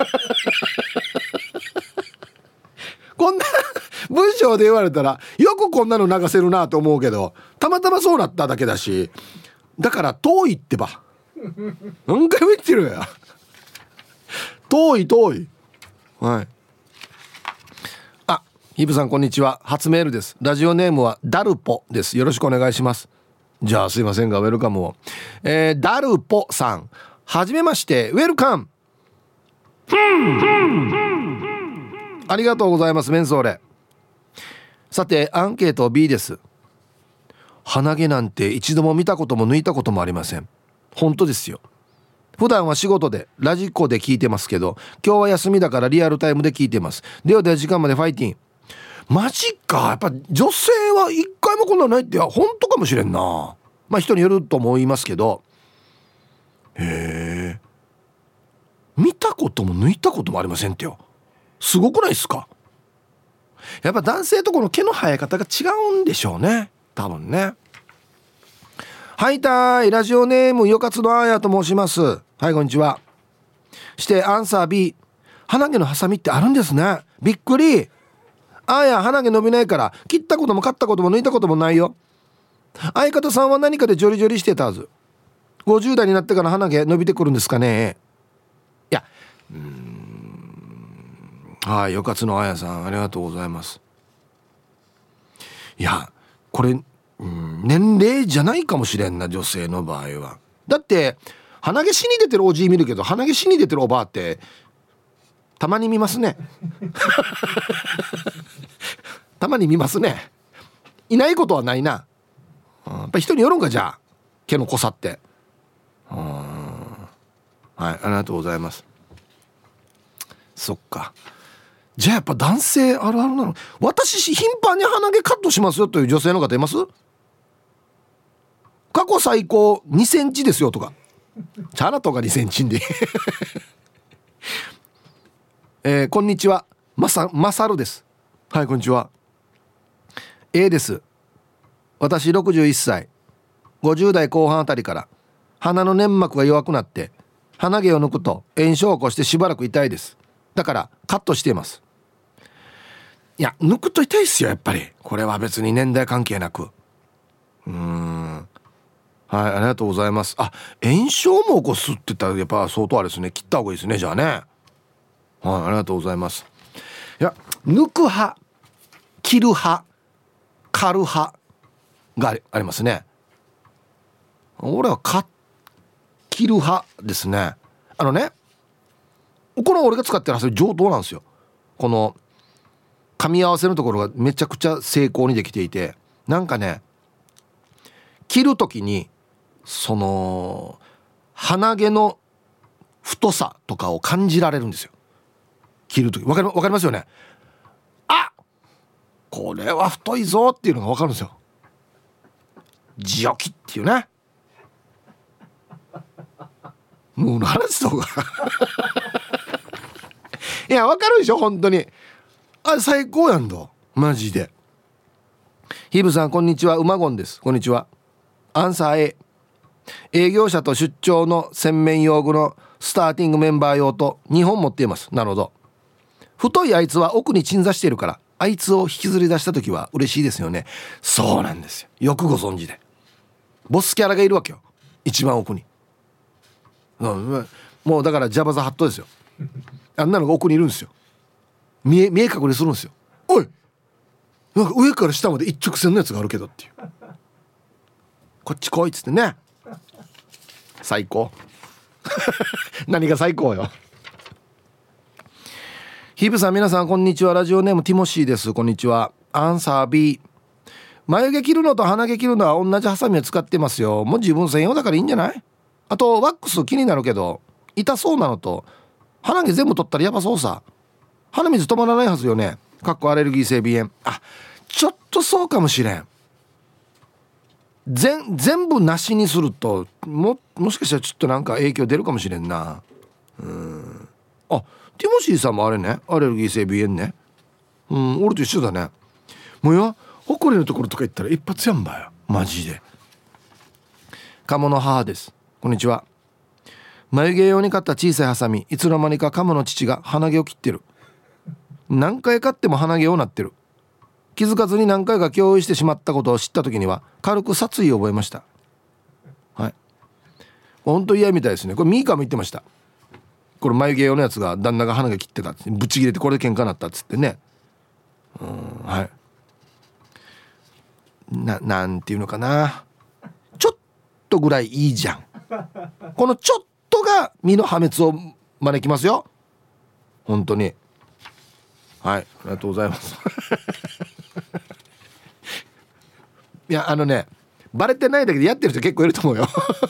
こんな文章で言われたらよくこんなの流せるなと思うけど、たまたまそうなっただけだし、だから遠いってば何回も言ってるや遠い遠い。はい、あ、ヒブさんこんにちは。初メールです。ラジオネームはダルポです。よろしくお願いします。じゃあすいませんがウェルカムを、えー、ダルポさんはじめまして、ウェルカム。ありがとうございます。メンソーレ。さてアンケート B です。鼻毛なんて一度も見たことも抜いたこともありません。本当ですよ。普段は仕事でラジコで聞いてますけど、今日は休みだからリアルタイムで聞いてます。ではでは時間までファイティン。 マジか。やっぱ女性は一回もこんなのないって本当かもしれんな。まあ人によると思いますけど、へえ、見たことも抜いたこともありませんってよ。すごくないですか。やっぱ男性とこの毛の生え方が違うんでしょうね、多分ね。はいたい、ラジオネームよかつのあやと申します。はい、こんにちは。してアンサー B、 鼻毛のハサミってあるんですね。びっくり。あや鼻毛伸びないから切ったこともカッたことも抜いたこともないよ。相方さんは何かでジョリジョリしてたはず。ごじゅう代になってから鼻毛伸びてくるんですかね。いや、うーん、はい、よかつのあやさんありがとうございます。いやこれ、うん、年齢じゃないかもしれんな、女性の場合は。だって鼻毛しに出てるおじい見るけど、鼻毛しに出てるおばあってたまに見ますねたまに見ますね。いないことはないな。やっぱり人によるんか、じゃあ毛の濃さって。うん、はい、ありがとうございます。そっか。じゃあやっぱ男性あるあるなの。私頻繁に鼻毛カットしますよという女性の方います？過去最高にセンチですよとか。チャラとかにセンチでえー、こんにちは、まさまさるです。はい、こんにちは。 A です。私ろくじゅういっさい、ごじゅう代後半あたりから鼻の粘膜が弱くなって鼻毛を抜くと炎症を起こしてしばらく痛いです。だからカットしています。いや抜くと痛いっすよ、やっぱり。これは別に年代関係なく。うーん、はい、ありがとうございます。あ、炎症も起こすって言ったらやっぱ相当あれですね。切った方がいいですね、じゃあね。はい、ありがとうございます。いや、抜く派、切る派、刈る派がありますね。俺はか切る派ですね。あのね、この俺が使ってるハサミ上等なんですよ。この噛み合わせのところがめちゃくちゃ精巧にできていて、なんかね、切るときにその鼻毛の太さとかを感じられるんですよ。切るときわかり、わかりますよね。あ、これは太いぞっていうのがわかるんですよ。ジョキっていうね。もう話とかいや、わかるでしょ本当に。あれ最高やんだマジで。ヒブさんこんにちは、うまごんです。こんにちは。アンサー A、 営業者と出張の洗面用具のスターティングメンバー用とにほん持っています。なるほど。太いあいつは奥に鎮座しているから、あいつを引きずり出した時は嬉しいですよね。そうなんですよ、よくご存知で。ボスキャラがいるわけよ、一番奥に。もうだからジャバザハットですよ。あんなのが奥にいるんですよ。見え見え隠れするんですよ。おい、なんか上から下まで一直線のやつがあるけどっていう、こっち来いっつってね。最高何が最高よ。ヒブさん皆さんこんにちは。ラジオネームティモシーです。こんにちは。アンサー B、 眉毛切るのと鼻毛切るのは同じハサミを使ってますよ。もう自分専用だからいいんじゃない？あとワックス気になるけど痛そうなのと、鼻毛全部取ったらやばそうさ。鼻水止まらないはずよね。かっこアレルギー性鼻炎。あ、ちょっとそうかもしれん。全全部なしにすると も, もしかしたらちょっとなんか影響出るかもしれんな。うーん、あ、ティモシーさんもあれね、アレルギー性鼻炎ね。うん、俺と一緒だね。もうよ、ほこりのところとか行ったら一発やんばよマジで。カモの母です。こんにちは。眉毛用に買った小さいハサミ、いつの間にかカモの父が鼻毛を切ってる。何回買っても鼻毛をなってる。気づかずに何回か共有してしまったことを知った時には軽く殺意を覚えました。はい、ほんと嫌みたいですね。これミーカーも言ってました。これ眉毛用のやつが旦那が鼻毛切ってたってぶち切れて、これで喧嘩になったっつってね。うん、はい、ななんていうのかな、ちょっとぐらいいいじゃん。このちょっとが身の破滅を招きますよ本当に。はい、ありがとうございますいや、あのね、バレてないだけでやってる人結構いると思うよ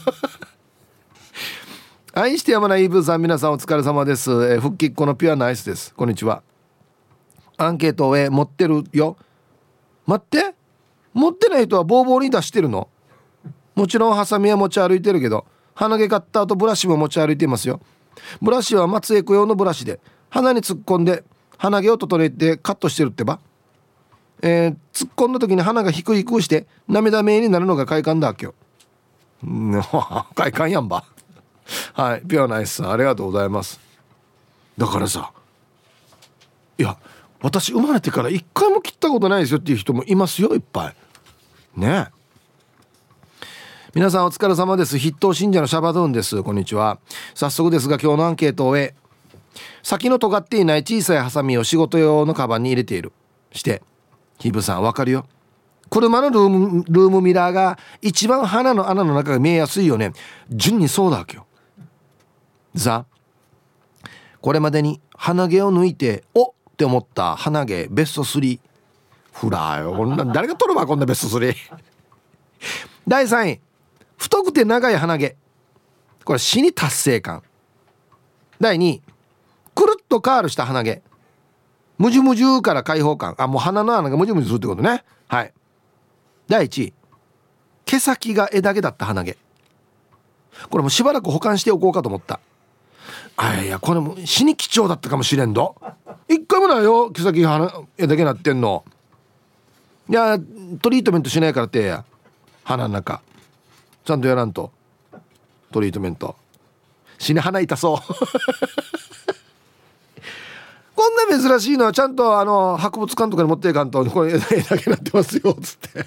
愛してやまないイーブーさん、皆さんお疲れ様です。えー、復帰っ子のピュアなアイスです。こんにちは。 アンケートへ持ってるよ。待って、持ってない人はボーボーに出してるの？もちろんハサミは持ち歩いてるけど、鼻毛カッターとブラシも持ち歩いていますよ。ブラシは松江区用のブラシで鼻に突っ込んで鼻毛を整えてカットしてるってば。えー、突っ込んだ時に鼻がヒクヒクして涙目になるのが快感だ今日。快感やんば。はい、ピュアナイスさんありがとうございます。だからさ、いや私生まれてから一回も切ったことないですよっていう人もいますよ、いっぱいね。皆さんお疲れ様です。筆頭信者のシャバドゥンです。こんにちは。早速ですが今日のアンケートを終え、先の尖っていない小さいハサミを仕事用のカバンに入れているしてヒブさんわかるよ。車のルーム、ルームミラーが一番鼻の穴の中が見えやすいよね。順にそうだわけよ。さあこれまでに鼻毛を抜いておって思った鼻毛ベストスリー。フラーよ、こんな誰が取るわこんなベストスリー。だいさんい、太くて長い鼻毛、これ死に達成感。だいにい、くるっとカールした鼻毛、ムジュムジュから開放感。あ、もう鼻の穴がムジュムジュするってことね。はい。だいいちい、毛先が枝毛だった鼻毛、これもしばらく保管しておこうかと思った。あ、いやこれも死に貴重だったかもしれんど。一回もないよ毛先が枝毛なってんの。いやトリートメントしないからってや、鼻の中ちゃんとやらんと。トリートメント死に鼻痛そうこんな珍しいのはちゃんとあの博物館とかに持っていかんと、これ枝毛なってますよつって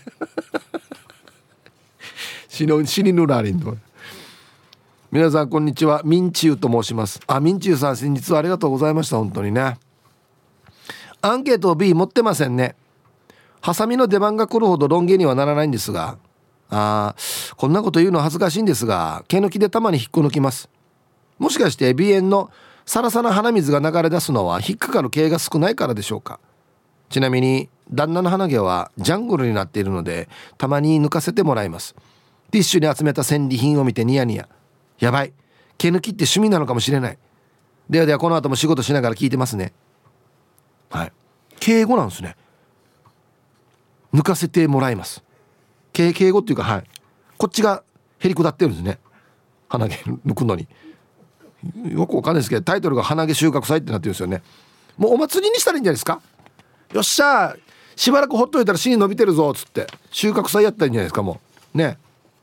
死の死にぬらりんと。皆さんこんにちは、ミンチューと申します。あ、ミンチューさん先日はありがとうございました。本当にね。アンケートを B 持ってませんね。ハサミの出番が来るほどロン毛にはならないんですが、あーこんなこと言うの恥ずかしいんですが、毛抜きでたまに引っこ抜きます。もしかして鼻炎のサラサラ鼻水が流れ出すのは引っかかる毛が少ないからでしょうか。ちなみに旦那の鼻毛はジャングルになっているのでたまに抜かせてもらいます。ティッシュに集めた戦利品を見てニヤニヤ。やばい、毛抜きって趣味なのかもしれない。ではではこの後も仕事しながら聞いてますね。はい、敬語なんですね。抜かせてもらいます。敬語っていうか、はい、こっちがへりくだってるんですね、鼻毛抜くのに。よくわかんないですけどタイトルが鼻毛収穫祭ってなってるんですよね。もうお祭りにしたらいいんじゃないですか。よっしゃしばらくほっといたら芯伸びてるぞっつって収穫祭やったらいいんじゃないですか。もうね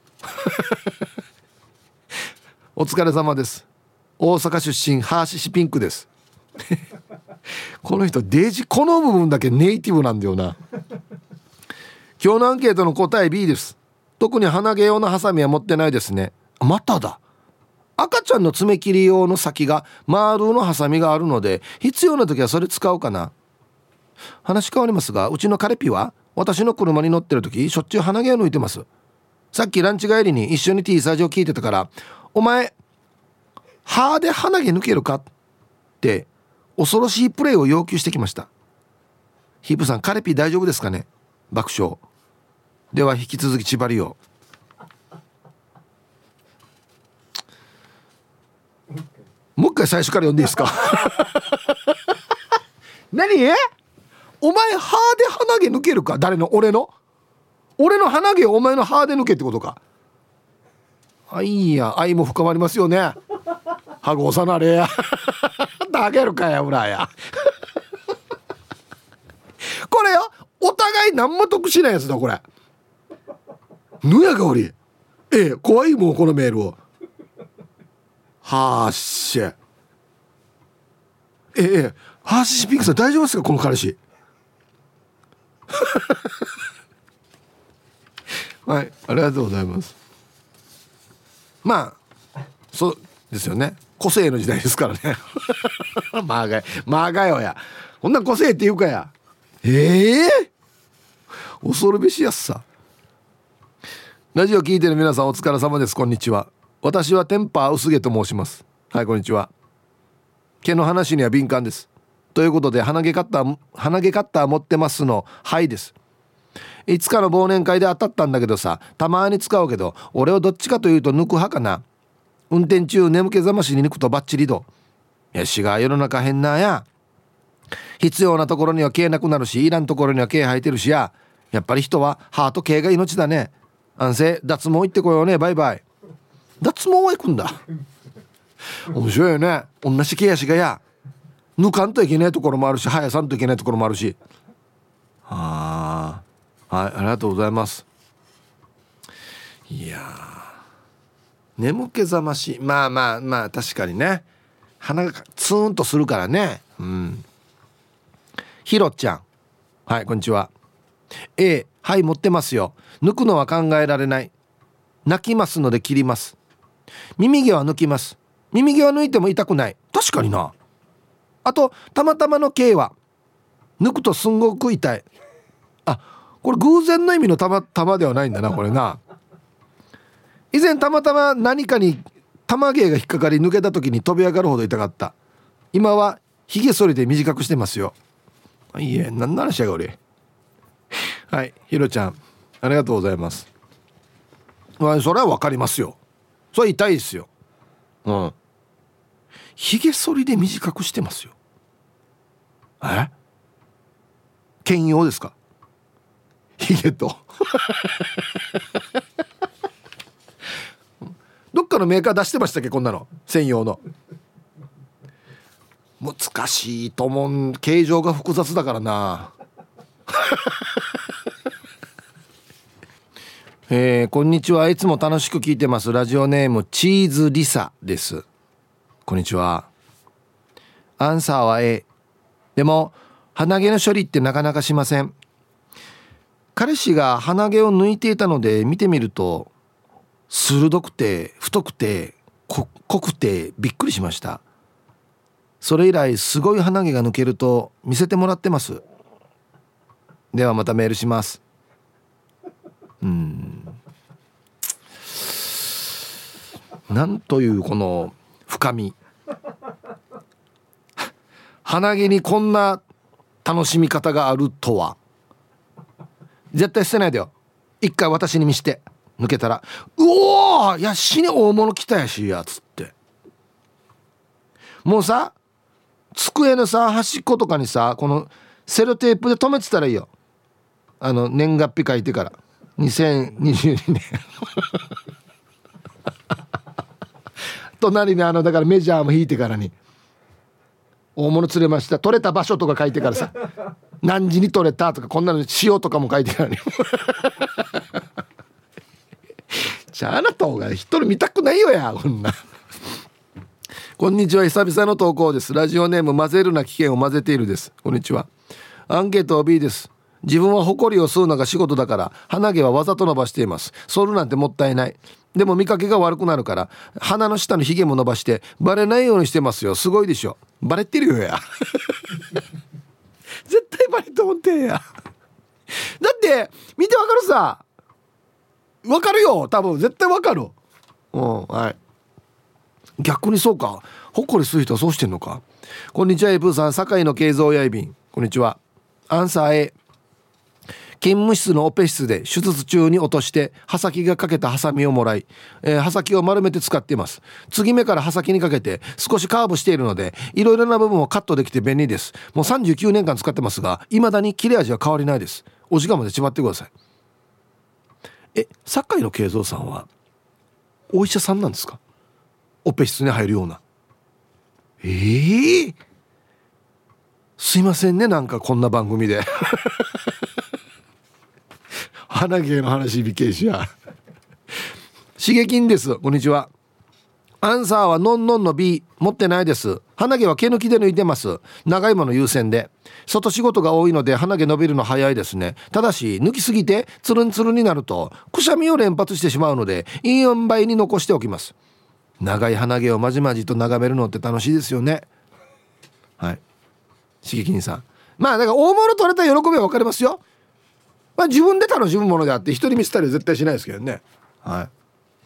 お疲れ様です。大阪出身ハーシシピンクですこの人デージこの部分だけネイティブなんだよな今日のアンケートの答え B です。特に鼻毛用のハサミは持ってないですね。まただ、赤ちゃんの爪切り用の先が丸のハサミがあるので必要な時はそれ使うかな。話変わりますが、うちのカレピは私の車に乗ってる時しょっちゅう鼻毛を抜いてます。さっきランチ帰りに一緒に T サージを聞いてたから、お前歯で鼻毛抜けるかって恐ろしいプレイを要求してきました。ヒープさん、カレピ大丈夫ですかね。爆笑。では引き続き千葉りを。もう一回最初から読んでいいですか何、お前歯で鼻毛抜けるか。誰の？俺の俺の鼻毛をお前の歯で抜けってことか。あ、いいや、愛も深まりますよね。歯が幼なれやだけるかや、裏やこれよ、お互い何も得しないやつだこれ。ぬやがおり、ええ、怖いもんこのメールを。はーっしえええ、ハーシーピンクさん大丈夫ですかこの彼氏はい、ありがとうございます。まあそうですよね、個性の時代ですからねまあがいまあがよや、こんな個性っていうかや。ええー、恐るべしやすさ。ラジオ聞いてる皆さんお疲れ様です。こんにちは。私はテンパー薄毛と申します。はい、こんにちは。毛の話には敏感です。ということで鼻毛カッター鼻毛カッター持ってますのはいです。いつかの忘年会で当たったんだけどさ、たまに使うけど俺はどっちかというと抜く派かな。運転中眠気覚ましに抜くとバッチリど。やしが世の中変なや。 必要なところには毛なくなるし、いらんところには毛生えてるしや、やっぱり人は歯と毛が命だね。安静、脱毛行ってこようね。バイバイ。脱毛は行くんだ。面白いよね。同じ毛足がや抜かんといけないところもあるし、生やさんといけないところもあるし。ああ、はい、ありがとうございます。いやー、眠気覚まし、まあまあまあ確かにね、鼻がツーンとするからね。うん。ひろちゃん、はい、こんにちは。 A、 はい持ってますよ。抜くのは考えられない。泣きますので切ります。耳毛は抜きます。耳毛は抜いても痛くない。確かにな。あとたまたまの毛は抜くとすんごく痛い。あ、これ偶然の意味のたまたまではないんだなこれな。以前たまたま何かに玉毛が引っかかり抜けた時に飛び上がるほど痛かった。今はひげ剃りで短くしてますよ。いいえ、何の話やが俺。はい、ひろちゃんありがとうございます。まあそれは分かりますよ。それは痛いですよ。うん。ひげ剃りで短くしてますよ。え？兼用ですか？ひげとどっかのメーカー出してましたっけ、こんなの専用の。難しいと思う。形状が複雑だからなえー、こんにちは。いつも楽しく聞いてます。ラジオネームチーズリサです。こんにちは。アンサーは A。 でも鼻毛の処理ってなかなかしません。彼氏が鼻毛を抜いていたので見てみると、鋭くて太くて濃くてびっくりしました。それ以来すごい鼻毛が抜けると見せてもらってます。ではまたメールします。うーん、なんというこの深み。鼻毛にこんな楽しみ方があるとは。絶対捨てないでよ。一回私に見して、抜けたらうおー、いや死に大物来たやしやつって、もうさ机のさ端っことかにさこのセロテープで留めてたらいいよ。あの年月日書いてからにせんにじゅうにねん隣にあのだからメジャーも引いてからに大物釣れました、取れた場所とか書いてからさ何時に取れたとか、こんなの塩とかも書いてからにじゃああなた方が一人見たくないよやこんなこんにちは、久々の投稿です。ラジオネーム混ぜるな危険を混ぜているです。こんにちは。アンケート B です。自分はホコリを吸うのが仕事だから鼻毛はわざと伸ばしています。剃るなんてもったいない。でも見かけが悪くなるから鼻の下のヒゲも伸ばしてバレないようにしてますよ。すごいでしょ。バレてるよや絶対バレと思ってんやだって見てわかるさ、わかるよ多分絶対わかる。うん、はい。逆にそうか、ほっこりする人はそうしてんのか。こんにちは、エプーさん、堺の慶三やいびん。こんにちは。アンサー A。 勤務室のオペ室で手術中に落として刃先がかけたハサミをもらい、えー、刃先を丸めて使っています。継ぎ目から刃先にかけて少しカーブしているのでいろいろな部分をカットできて便利です。もうさんじゅうきゅうねんかん使ってますが未だに切れ味は変わりないです。お時間まで縛ってください。え、堺の慶三さんはお医者さんなんですか？オペ室に入るような。えー、すいませんね、なんかこんな番組で鼻毛の話びっくりしやしげきんです。こんにちは。アンサーはノンノンの B。 持ってないです。鼻毛は毛抜きで抜いてます。長いもの優先で外仕事が多いので鼻毛伸びるの早いですね。ただし抜きすぎてツルンツルンになるとくしゃみを連発してしまうのでいい塩梅に残しておきます。長い鼻毛をまじまじと眺めるのって楽しいですよね。はい、しげきんさん、まあだから大物取れた喜びは分かりますよ。まあ自分で楽しむものであって人に見せたりは絶対しないですけどね。はい。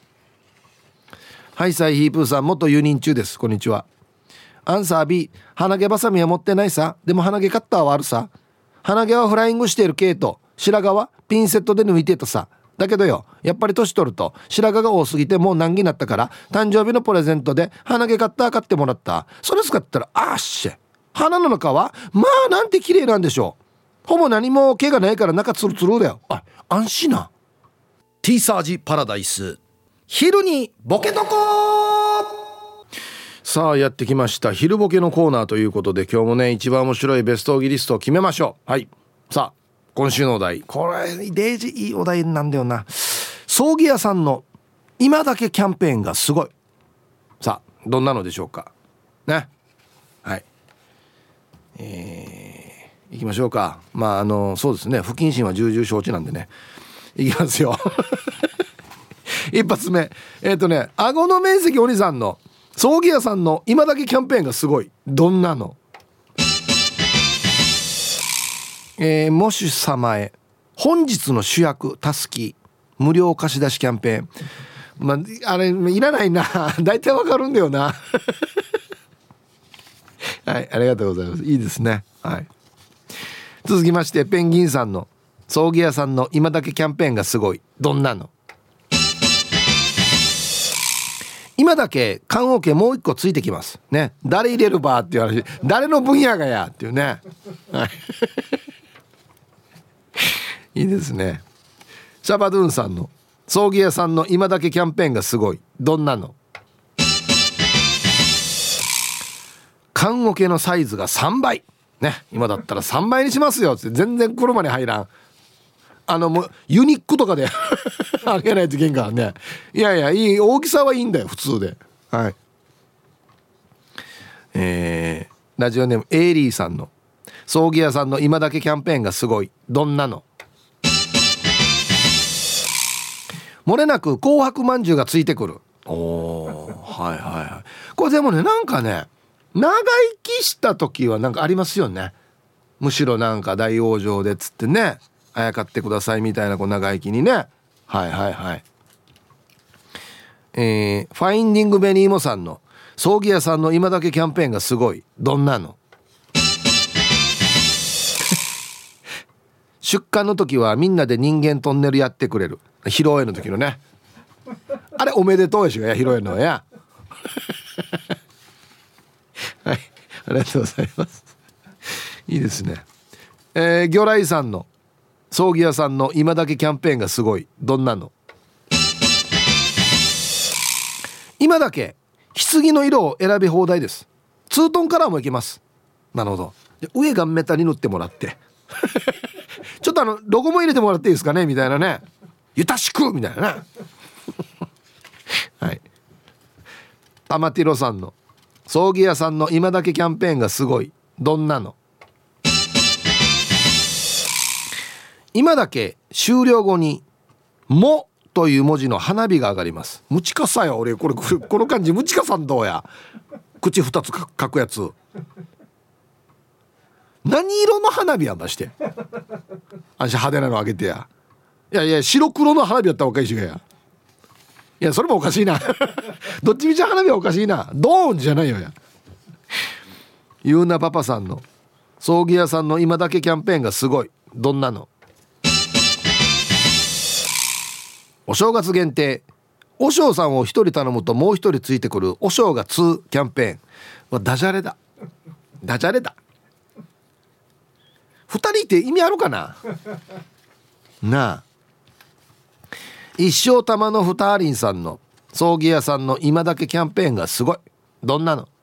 ハイサイヒープーさん、元輸入中です。こんにちは。アンサー B。 鼻毛バサミは持ってないさ。でも鼻毛カッターはあるさ。鼻毛はフライングしている系と白髪はピンセットで抜いてたさ。だけどよ、やっぱり年取ると白髪が多すぎてもう難儀になったから誕生日のプレゼントで鼻毛カッター買ってもらった。それ使ったらあーっしゃ鼻の中はまあなんて綺麗なんでしょう。ほぼ何も毛がないから中ツルツルだよ。あ、安心な。 T サージパラダイス、昼にボケとこ。さあやってきました昼ボケのコーナーということで、今日もね一番面白いベストオギリストを決めましょう。はい、さあ今週のお題、これデージいいお題なんだよな。葬儀屋さんの今だけキャンペーンがすごい。さあどんなのでしょうかね。はい、えー、いきましょうか。まああのそうですね、不謹慎は重々承知なんでね、いきますよ一発目、えっ、ー、とね顎の面積お兄さんの葬儀屋さんの今だけキャンペーンがすごい。どんなの？えー、もし様へ本日の主役たすき無料貸し出しキャンペーン。まあ、あれいらないな大体わかるんだよなはい、ありがとうございます。いいですね。はい、続きましてペンギンさんの葬儀屋さんの今だけキャンペーンがすごい。どんなの？今だけ棺桶もう一個ついてきますね。誰入れるばっていう話、誰の分野がやっていうねいいですね。シャバドゥンさんの葬儀屋さんの今だけキャンペーンがすごい。どんなの？棺桶のサイズがさんばいね。今だったらさんばいにしますよって、全然車に入らん。あのもうユニックとかであげないといけんからね。いやいや、いい大きさはいいんだよ普通で。はい、えー、ラジオネームエイリーさんの葬儀屋さんの今だけキャンペーンがすごい。どんなの？漏れなく紅白まんじゅうがついてくる。おー、はいはいはい。これでもね、なんかね長生きした時はなんかありますよね。むしろなんか大往生でっつってね、あやかってくださいみたいな、こう長生きにね。はいはいはい。えー、ファインディングベニーモさんの葬儀屋さんの今だけキャンペーンがすごい。どんなの？出棺の時はみんなで人間トンネルやってくれる。披露宴の時のね、あれおめでとうでしょや、披露宴のやはい、ありがとうございます。いいですね。えー、魚雷さんの葬儀屋さんの今だけキャンペーンがすごい。どんなの？今だけ棺の色を選び放題です。ツートンカラーもいけます。なるほど。上がメタに塗ってもらってちょっとあのロゴも入れてもらっていいですかねみたいなね、ゆたしくみたいなねはい、玉ティロさんの葬儀屋さんの今だけキャンペーンがすごい。どんなの？今だけ終了後にもという文字の花火が上がります。ムチカさよ俺これ、これこの感じムチカさんどうや。口二つ書くやつ、何色の花火やんまして、あんし派手なのあげてや。いやいや白黒の花火やったらおかしいがや。いやそれもおかしいなどっちみち花火はおかしいな。ドーンじゃないよや。ゆうなパパさんの葬儀屋さんの今だけキャンペーンがすごい。どんなの？お正月限定、お正さんを一人頼むともう一人ついてくるお正月キャンペーンはダジャレだ。ダジャレだ。二人って意味あるかななあ。一生玉のふたりんさんの葬儀屋さんの今だけキャンペーンがすごい。どんなの？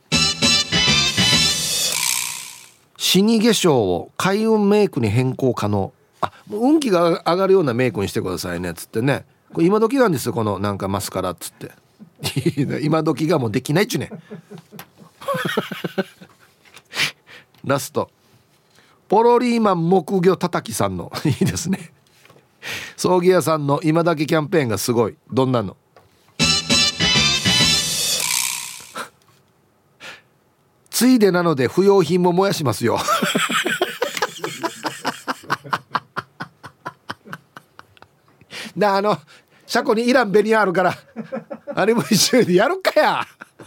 死に化粧を開運メイクに変更可能。あ、もう運気が上がるようなメイクにしてくださいねっつってね。これ今時なんですよ、このなんかマスカラっつって今時がもうできないっちゅねラストポロリーマン木魚叩きさんのいいですね。葬儀屋さんの今だけキャンペーンがすごい。どんなの？ついでなので不要品も燃やしますよなあの車庫にイランベニヤあるからあれも一緒にやるかや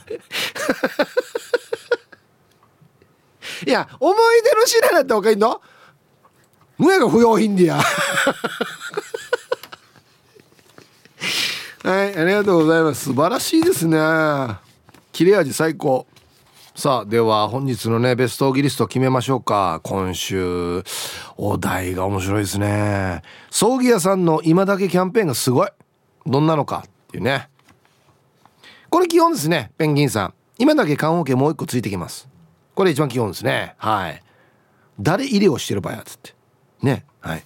いや思い出の品だっておかいんのむやが不要品でやはい、ありがとうございます。素晴らしいですね。切れ味最高。 さあでは本日のねベストギリスト決めましょうか。今週お題が面白いですね。葬儀屋さんの今だけキャンペーンがすごい。どんなのかっていうね。これ基本ですね。ペンギンさん、今だけ棺桶もう一個ついてきます。これ一番基本ですね。はい。誰入れをしてる場合やつってね。はい。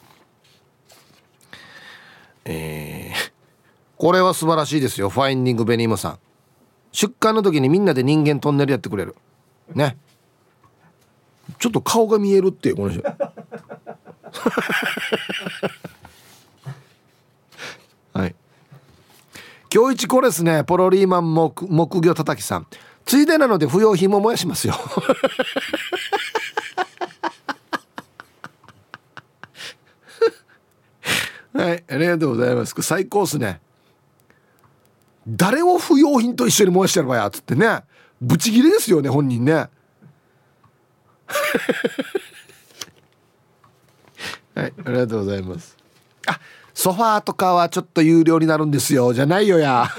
えー、これは素晴らしいですよ。ファインディングベニームさん、出棺の時にみんなで人間トンネルやってくれるね。ちょっと顔が見えるっていうこの人はい。今日一これですね。ポロリーマン木木魚叩きさん、ついでなので不要品も燃やしますよはい、ありがとうございます。最高っすね。誰を不要品と一緒に燃やしてるばやつってね、ブチギレですよね本人ねはい、ありがとうございます。あ、ソファーとかはちょっと有料になるんですよじゃないよや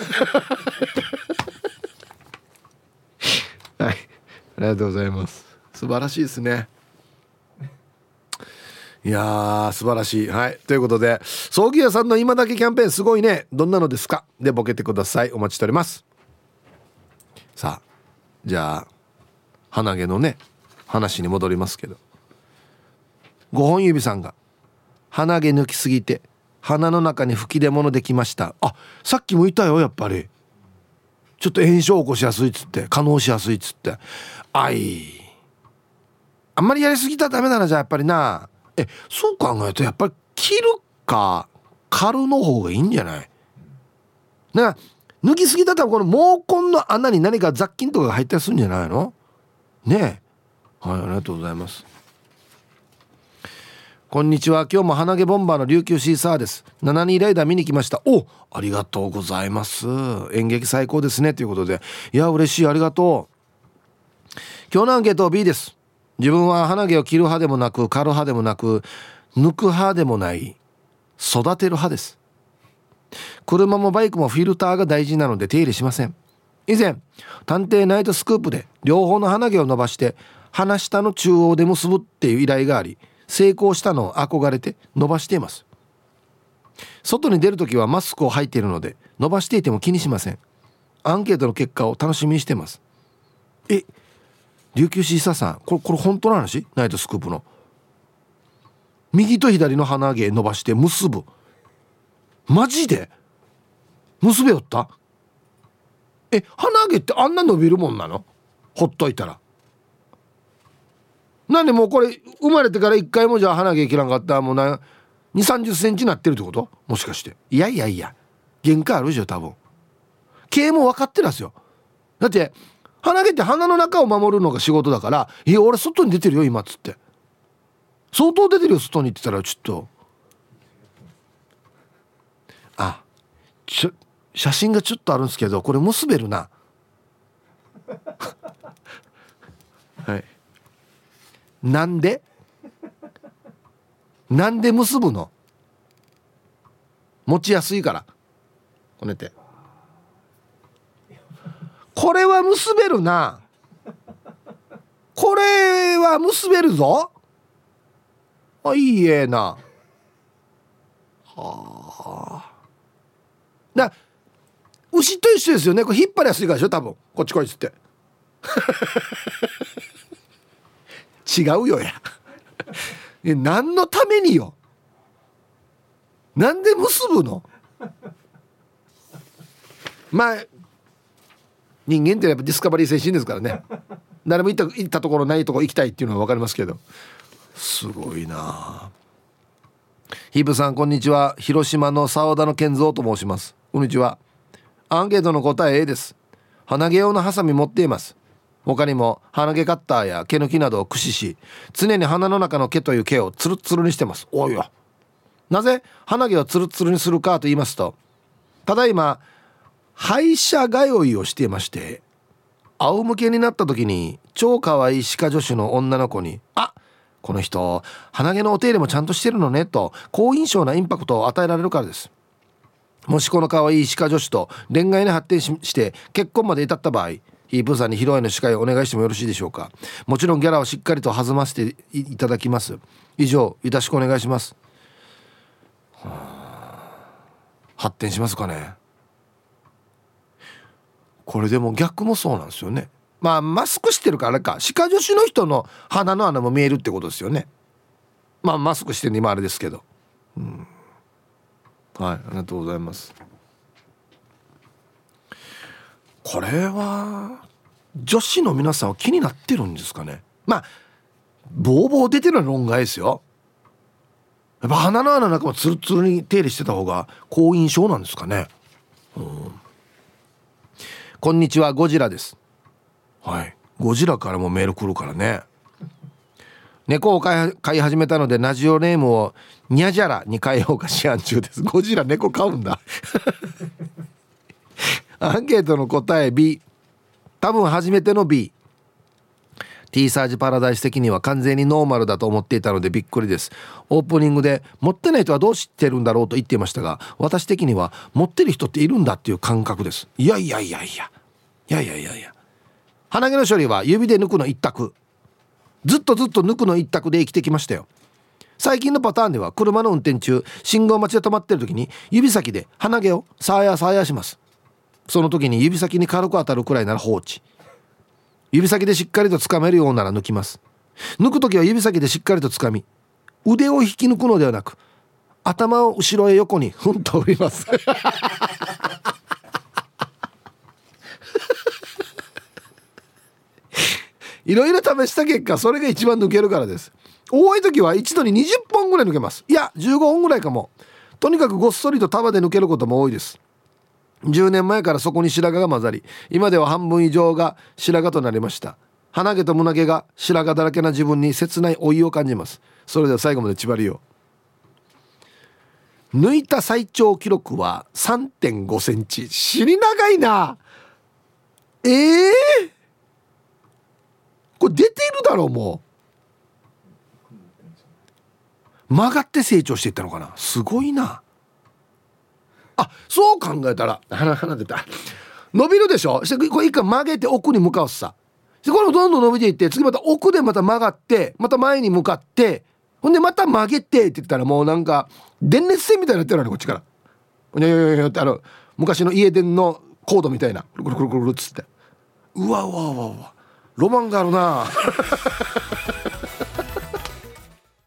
はい、ありがとうございます。素晴らしいですね。いやー素晴らしい。はい、ということで葬儀屋さんの今だけキャンペーンすごいね。どんなのですかでボケてください。お待ちしております。さあじゃあ鼻毛のね話に戻りますけど、ごほん指さんが鼻毛抜きすぎて鼻の中に吹き出物できました。あ、さっきも言ったよ。やっぱりちょっと炎症を起こしやすいっつって、可能しやすいっつって、あいあんまりやりすぎたらダメだな。じゃあやっぱりな、えそう考えるとやっぱり切るか刈るの方がいいんじゃない？な、抜きすぎだったらこの毛根の穴に何か雑菌とかが入ったりするんじゃないのねえ。はい、ありがとうございます。こんにちは。今日も鼻毛ボンバーの琉球シーサーです。しちにライダー見に来ました。お、ありがとうございます。演劇最高ですねということで、いや嬉しい、ありがとう。今日のアンケート ビー です。自分は鼻毛を切る派でもなく刈る派でもなく抜く派でもない育てる派です。車もバイクもフィルターが大事なので手入れしません。以前探偵ナイトスクープで両方の鼻毛を伸ばして鼻下の中央で結ぶっていう依頼があり、成功したのを憧れて伸ばしています。外に出るときはマスクを履いているので伸ばしていても気にしません。アンケートの結果を楽しみにしています。え、琉球シーサーさん、これこれ本当の話？ナイトスクープの右と左の鼻毛伸ばして結ぶ、マジで結べよった？え、鼻毛ってあんな伸びるもんなの？ほっといたら。なんでもうこれ生まれてから一回もじゃあ鼻毛切らんかったらもうなにじゅう、さんじゅっセンチになってるってこと？もしかして。いやいやいや、限界あるでしょ多分。毛も分かってるんですよ。だって鼻毛って鼻の中を守るのが仕事だから、いや俺外に出てるよ今っつって、相当出てるよ外にって言ったら、ちょっとあちょ写真がちょっとあるんですけど、これ結べるなはい、なんでなんで結ぶの？持ちやすいから。こねてこれは結べるな。これは結べるぞ。あ、いいえな。はあ。だ牛と一緒ですよね。これ引っ張りやすいからでしょ多分。こっちこいつって違うよやえ、何のためによ。なんで結ぶの？まあ人間ってやっぱディスカバリー精神ですからね。誰も行った行ったところないところ行きたいっていうのは分かりますけど、すごいな。ヒブさんこんにちは。広島の沢田の健三と申します。こんにちは。アンケートの答え A です。鼻毛用のハサミ持っています。他にも鼻毛カッターや毛抜きなどを駆使し、常に鼻の中の毛という毛をツルツルにしてます。おいよ。なぜ鼻毛をツルツルにするかと言いますと、ただいま歯医者通いをしていまして、仰向けになった時に超可愛い歯科助手の女の子に、あ、この人鼻毛のお手入れもちゃんとしてるのねと好印象なインパクトを与えられるからです。もしこの可愛い歯科助手と恋愛に発展しして結婚まで至った場合、 ヒープーさんに披露宴の司会をお願いしてもよろしいでしょうか。もちろんギャラをしっかりと弾ませていただきます。以上よろしくお願いします。はあ、発展しますかね。これでも逆もそうなんですよね。まあマスクしてるからあれか、歯科助手の人の鼻の穴も見えるってことですよね。まあマスクしてる今あれですけど、うん、はい、ありがとうございます。これは女子の皆さんは気になってるんですかね。まあボーボー出てるのは論外ですよ。やっぱ鼻の穴の中もツルツルに手入れしてた方が好印象なんですかね。うん、こんにちは、ゴジラです。はい、ゴジラからもメール来るからね。猫を飼い、飼い始めたのでラジオネームをニャジャラに変えようか思案中です。ゴジラ猫飼うんだアンケートの答え B、 多分初めての B。 T サージパラダイス的には完全にノーマルだと思っていたのでびっくりです。オープニングで持ってない人はどう知ってるんだろうと言っていましたが、私的には持ってる人っているんだっていう感覚です。いやいやいやいやいやいやいやいや、鼻毛の処理は指で抜くの一択、ずっとずっと抜くの一択で生きてきましたよ。最近のパターンでは車の運転中、信号待ちで止まってる時に指先で鼻毛をさあやさあやします。その時に指先に軽く当たるくらいなら放置、指先でしっかりと掴めるようなら抜きます。抜く時は指先でしっかりと掴み、腕を引き抜くのではなく頭を後ろへ横にふんと振りますいろいろ試した結果それが一番抜けるからです。多い時は一度ににじゅっぽんぐらい抜けます。いやじゅうごほんぐらいかも。とにかくごっそりと束で抜けることも多いです。じゅうねんまえからそこに白髪が混ざり、今では半分以上が白髪となりました。鼻毛と胸毛が白髪だらけな自分に切ない老いを感じます。それでは最後まで縛りよ。抜いた最長記録は さんてんごセンチ。死に長いな。えー、これ出てるだろう。もう曲がって成長していったのかな。すごいなあ。そう考えたら鼻鼻出た伸びるでしょ。してこれ一回曲げて奥に向かうさ。でこれどんどん伸びていって、次また奥でまた曲がってまた前に向かって、ほんでまた曲げてって言ったらもうなんか電熱線みたいになってるわね、こっちから。いやいやいやって、あの昔の家電のコードみたいな、くるくるくるくるっつって、うわうわうわうわロマンがあるな